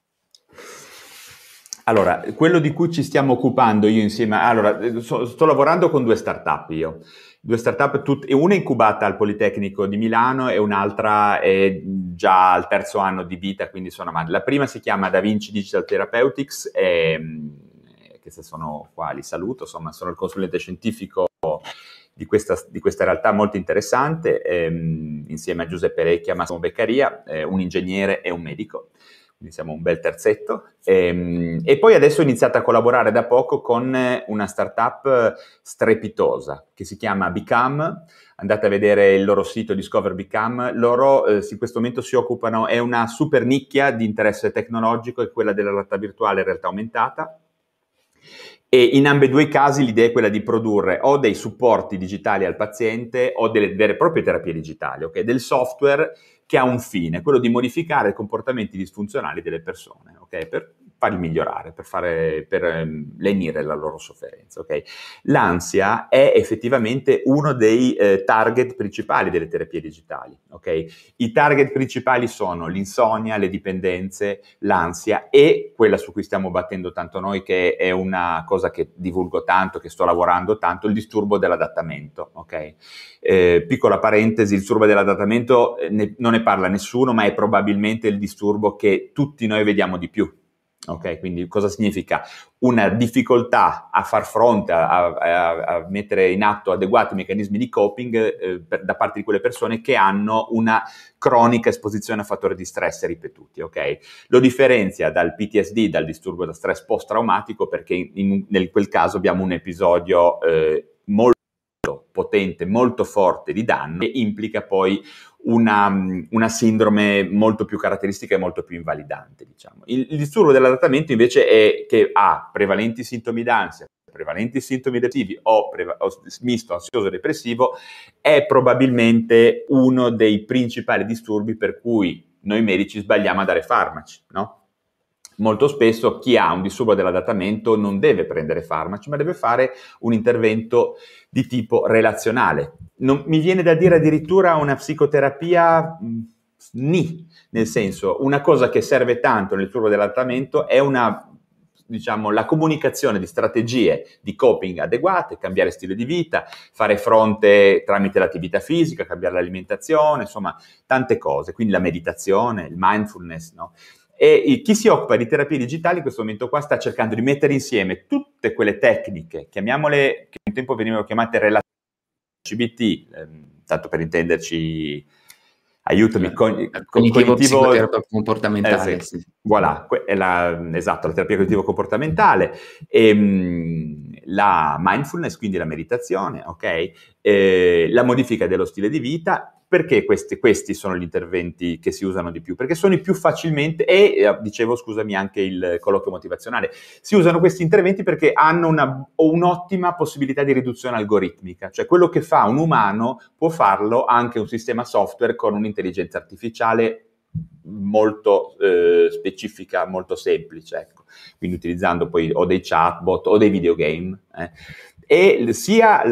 Allora, quello di cui ci stiamo occupando io insieme, sto lavorando con 2 startup io, 2 startup, una è incubata al Politecnico di Milano e un'altra è già al 3° anno di vita, quindi sono avanti. La prima si chiama Da Vinci Digital Therapeutics, queste sono qua, li saluto, insomma sono il consulente scientifico di questa realtà molto interessante, insieme a Giuseppe Recchia, Massimo Beccaria, un ingegnere e un medico. Quindi siamo un bel terzetto, e poi adesso ho iniziato a collaborare da poco con una startup strepitosa che si chiama Become. Andate a vedere il loro sito Discover Become. Loro in questo momento si occupano, è una super nicchia di interesse tecnologico, è quella della realtà virtuale e realtà aumentata, e in ambedue i casi l'idea è quella di produrre o dei supporti digitali al paziente o delle vere e proprie terapie digitali, ok? Del software che ha un fine, quello di modificare i comportamenti disfunzionali delle persone, ok? Per farli migliorare, per lenire la loro sofferenza, ok? L'ansia è effettivamente uno dei target principali delle terapie digitali, ok? I target principali sono l'insonnia, le dipendenze, l'ansia e quella su cui stiamo battendo tanto noi, che è una cosa che divulgo tanto, che sto lavorando tanto, il disturbo dell'adattamento, ok? Piccola parentesi, il disturbo dell'adattamento non ne parla nessuno, ma è probabilmente il disturbo che tutti noi vediamo di più. Ok, quindi cosa significa? Una difficoltà a far fronte, a mettere in atto adeguati meccanismi di coping da parte di quelle persone che hanno una cronica esposizione a fattori di stress ripetuti, ok? Lo differenzia dal PTSD, dal disturbo da stress post-traumatico, perché in quel caso abbiamo un episodio molto potente, molto forte di danno, che implica poi una sindrome molto più caratteristica e molto più invalidante, diciamo. Il disturbo dell'adattamento invece è che ha prevalenti sintomi d'ansia, prevalenti sintomi depressivi o misto ansioso-depressivo, è probabilmente uno dei principali disturbi per cui noi medici sbagliamo a dare farmaci, no? Molto spesso chi ha un disturbo dell'adattamento non deve prendere farmaci, ma deve fare un intervento di tipo relazionale. Mi viene da dire addirittura una psicoterapia nel senso, una cosa che serve tanto nel disturbo dell'adattamento è la comunicazione di strategie di coping adeguate, cambiare stile di vita, fare fronte tramite l'attività fisica, cambiare l'alimentazione, insomma, tante cose. Quindi la meditazione, il mindfulness, no? E chi si occupa di terapie digitali in questo momento qua sta cercando di mettere insieme tutte quelle tecniche, chiamiamole, che un tempo venivano chiamate CBT, tanto per intenderci, aiutami, cognitivo psicoterapeuta-comportamentale. Sì. Voilà, esatto, la terapia cognitivo-comportamentale, la mindfulness, quindi la meditazione, ok? La modifica dello stile di vita. Perché questi sono gli interventi che si usano di più? Perché sono i più facilmente, dicevo, scusami, anche il colloquio motivazionale, si usano questi interventi perché hanno un'ottima possibilità di riduzione algoritmica, cioè quello che fa un umano può farlo anche un sistema software con un'intelligenza artificiale molto specifica, molto semplice, ecco. Quindi utilizzando poi o dei chatbot o dei videogame, e sia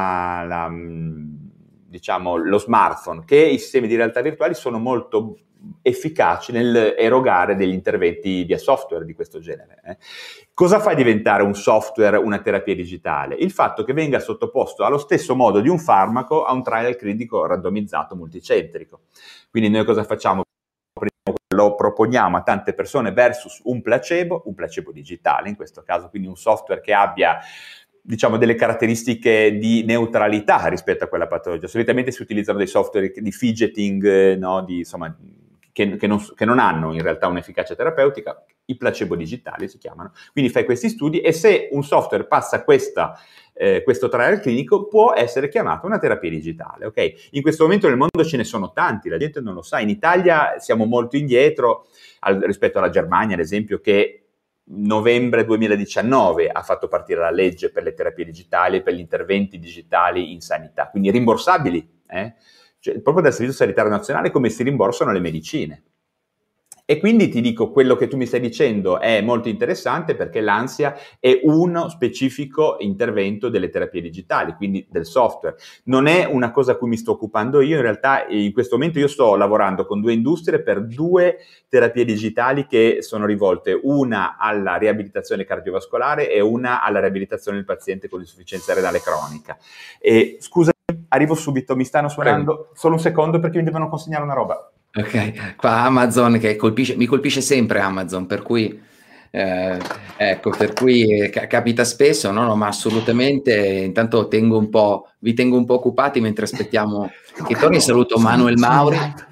lo smartphone che i sistemi di realtà virtuali sono molto efficaci nel erogare degli interventi via software di questo genere. Cosa fa diventare un software una terapia digitale? Il fatto che venga sottoposto allo stesso modo di un farmaco a un trial clinico randomizzato multicentrico. Quindi noi cosa facciamo? Lo proponiamo a tante persone versus un placebo digitale in questo caso, quindi un software che abbia delle caratteristiche di neutralità rispetto a quella patologia. Solitamente si utilizzano dei software di fidgeting, no? Che non hanno in realtà un'efficacia terapeutica, i placebo digitali si chiamano. Quindi fai questi studi e se un software passa questo trial clinico può essere chiamato una terapia digitale, ok? In questo momento nel mondo ce ne sono tanti, la gente non lo sa. In Italia siamo molto indietro rispetto alla Germania, ad esempio, che novembre 2019 ha fatto partire la legge per le terapie digitali e per gli interventi digitali in sanità, quindi rimborsabili, cioè, proprio dal Servizio Sanitario Nazionale, come si rimborsano le medicine. E quindi ti dico, quello che tu mi stai dicendo è molto interessante perché l'ansia è uno specifico intervento delle terapie digitali, quindi del software. Non è una cosa a cui mi sto occupando io, in realtà in questo momento io sto lavorando con 2 industrie per 2 terapie digitali che sono rivolte, una alla riabilitazione cardiovascolare e una alla riabilitazione del paziente con insufficienza renale cronica. E scusa, arrivo subito, mi stanno suonando, solo un secondo perché mi devono consegnare una roba. Ok, qua Amazon che mi colpisce sempre Amazon, per cui capita spesso, no, ma assolutamente. Intanto vi tengo un po' occupati mentre aspettiamo che torni. Saluto Manuel Mauri.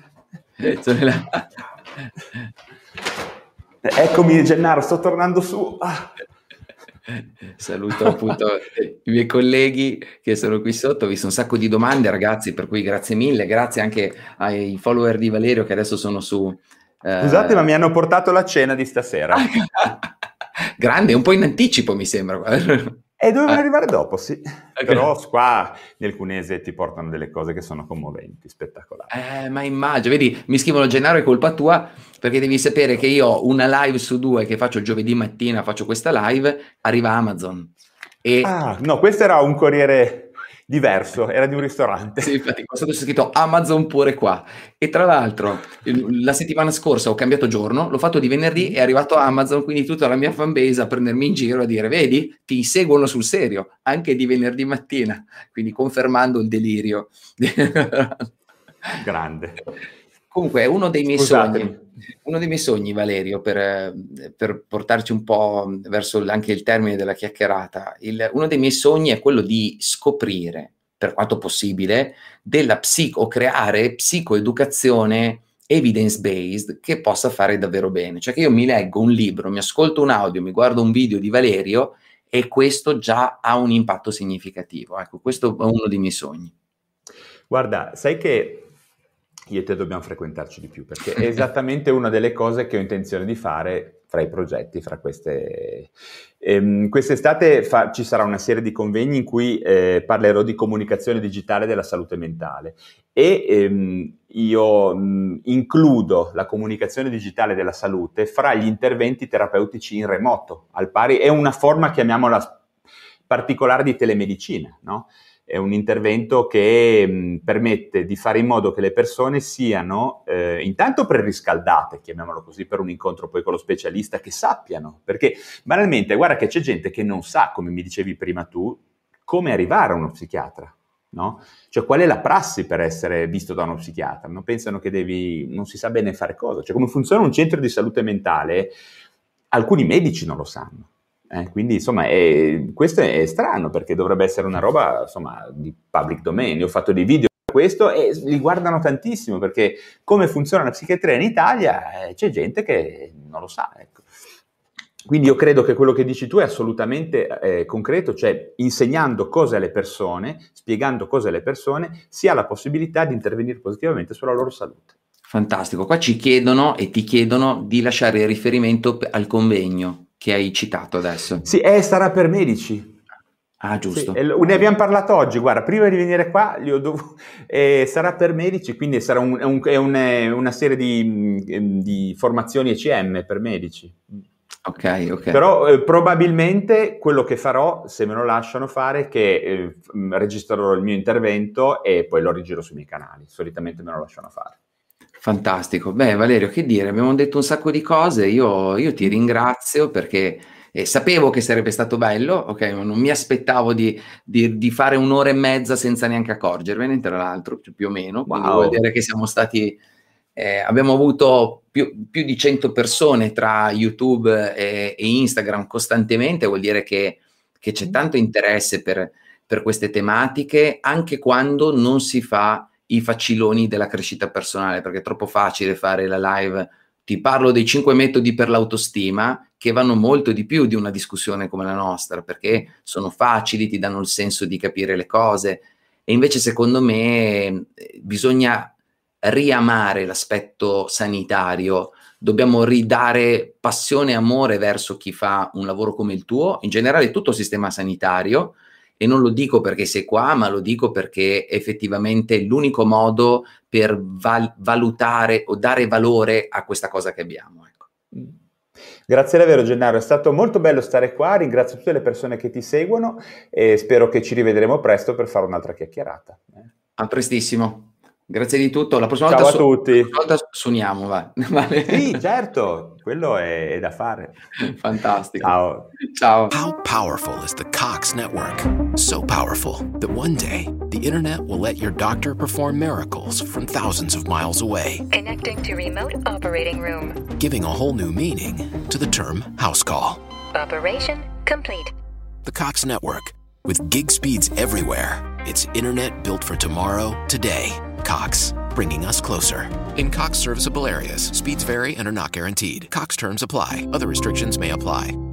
Eccomi Gennaro, sto tornando su. Saluto appunto i miei colleghi che sono qui sotto. Ho visto un sacco di domande, ragazzi, per cui grazie mille, grazie anche ai follower di Valerio che adesso sono su. Scusate, ma mi hanno portato la cena di stasera. Grande, un po' in anticipo mi sembra. E dovevano arrivare dopo, sì. Okay. Però qua nel Cunese ti portano delle cose che sono commoventi, spettacolari. Ma immagino, vedi, mi scrivono Gennaro, è colpa tua, perché devi sapere che io ho una live su 2 che faccio il giovedì mattina, faccio questa live, arriva Amazon. No, questo era un corriere diverso, era di un ristorante. Sì, infatti qua sotto c'è scritto Amazon pure qua. E tra l'altro la settimana scorsa ho cambiato giorno, l'ho fatto di venerdì, è arrivato Amazon, quindi tutta la mia fanbase a prendermi in giro a dire vedi, ti seguono sul serio anche di venerdì mattina, quindi confermando il delirio. Grande. Comunque è uno dei miei sogni, Valerio, per portarci un po' verso anche il termine della chiacchierata. Uno dei miei sogni è quello di scoprire, per quanto possibile, o creare psicoeducazione evidence-based che possa fare davvero bene. Cioè che io mi leggo un libro, mi ascolto un audio, mi guardo un video di Valerio e questo già ha un impatto significativo. Ecco, questo è uno dei miei sogni. Guarda, sai che io e te dobbiamo frequentarci di più, perché è esattamente una delle cose che ho intenzione di fare fra i progetti, fra queste... quest'estate ci sarà una serie di convegni in cui parlerò di comunicazione digitale della salute mentale e io includo la comunicazione digitale della salute fra gli interventi terapeutici in remoto, al pari, è una forma, chiamiamola particolare, di telemedicina, no? È un intervento che permette di fare in modo che le persone siano intanto preriscaldate, chiamiamolo così, per un incontro poi con lo specialista, che sappiano, perché banalmente guarda che c'è gente che non sa, come mi dicevi prima tu, come arrivare a uno psichiatra, no? Cioè qual è la prassi per essere visto da uno psichiatra, no? Pensano che non si sa bene fare cosa, cioè come funziona un centro di salute mentale, alcuni medici non lo sanno. Quindi insomma questo è strano, perché dovrebbe essere una roba insomma di public domain. Io ho fatto dei video su questo e li guardano tantissimo, perché come funziona la psichiatria in Italia c'è gente che non lo sa, ecco. Quindi io credo che quello che dici tu è assolutamente concreto, cioè insegnando cose alle persone, spiegando cose alle persone, si ha la possibilità di intervenire positivamente sulla loro salute. Fantastico, qua ci chiedono e ti chiedono di lasciare il riferimento al convegno che hai citato adesso. Sì, sarà per medici. Ah, giusto. Sì, ne abbiamo parlato oggi, guarda, prima di venire qua sarà per medici, quindi sarà una serie di formazioni ECM per medici. Ok. Però probabilmente quello che farò, se me lo lasciano fare, è che registrerò il mio intervento e poi lo rigiro sui miei canali. Solitamente me lo lasciano fare. Fantastico. Beh, Valerio, che dire, abbiamo detto un sacco di cose, io ti ringrazio perché sapevo che sarebbe stato bello, ok, non mi aspettavo di fare un'ora e mezza senza neanche accorgermene, tra l'altro, più o meno, quindi vuol dire che siamo stati, abbiamo avuto più di 100 persone tra YouTube e Instagram costantemente, vuol dire che c'è tanto interesse per queste tematiche, anche quando non si fa i faciloni della crescita personale, perché è troppo facile fare la live, ti parlo dei 5 metodi per l'autostima, che vanno molto di più di una discussione come la nostra, perché sono facili, ti danno il senso di capire le cose, e invece secondo me bisogna riamare l'aspetto sanitario, dobbiamo ridare passione e amore verso chi fa un lavoro come il tuo, in generale tutto il sistema sanitario. E non lo dico perché sei qua, ma lo dico perché effettivamente è l'unico modo per valutare o dare valore a questa cosa che abbiamo. Ecco. Grazie davvero Gennaro, è stato molto bello stare qua, ringrazio tutte le persone che ti seguono e spero che ci rivedremo presto per fare un'altra chiacchierata. A prestissimo. Grazie di tutto. La prossima Ciao volta a tutti. La prossima volta suoniamo, va. Vale. Sì, certo, quello è da fare. Fantastico. Ciao. How powerful is the Cox Network? So powerful that one day the internet will let your doctor perform miracles from thousands of miles away. Connecting to remote operating room. Giving a whole new meaning to the term house call. Operation complete. The Cox Network. With gig speeds everywhere. It's internet built for tomorrow, today. Cox, bringing us closer. In Cox serviceable areas, speeds vary and are not guaranteed. Cox terms apply. Other restrictions may apply.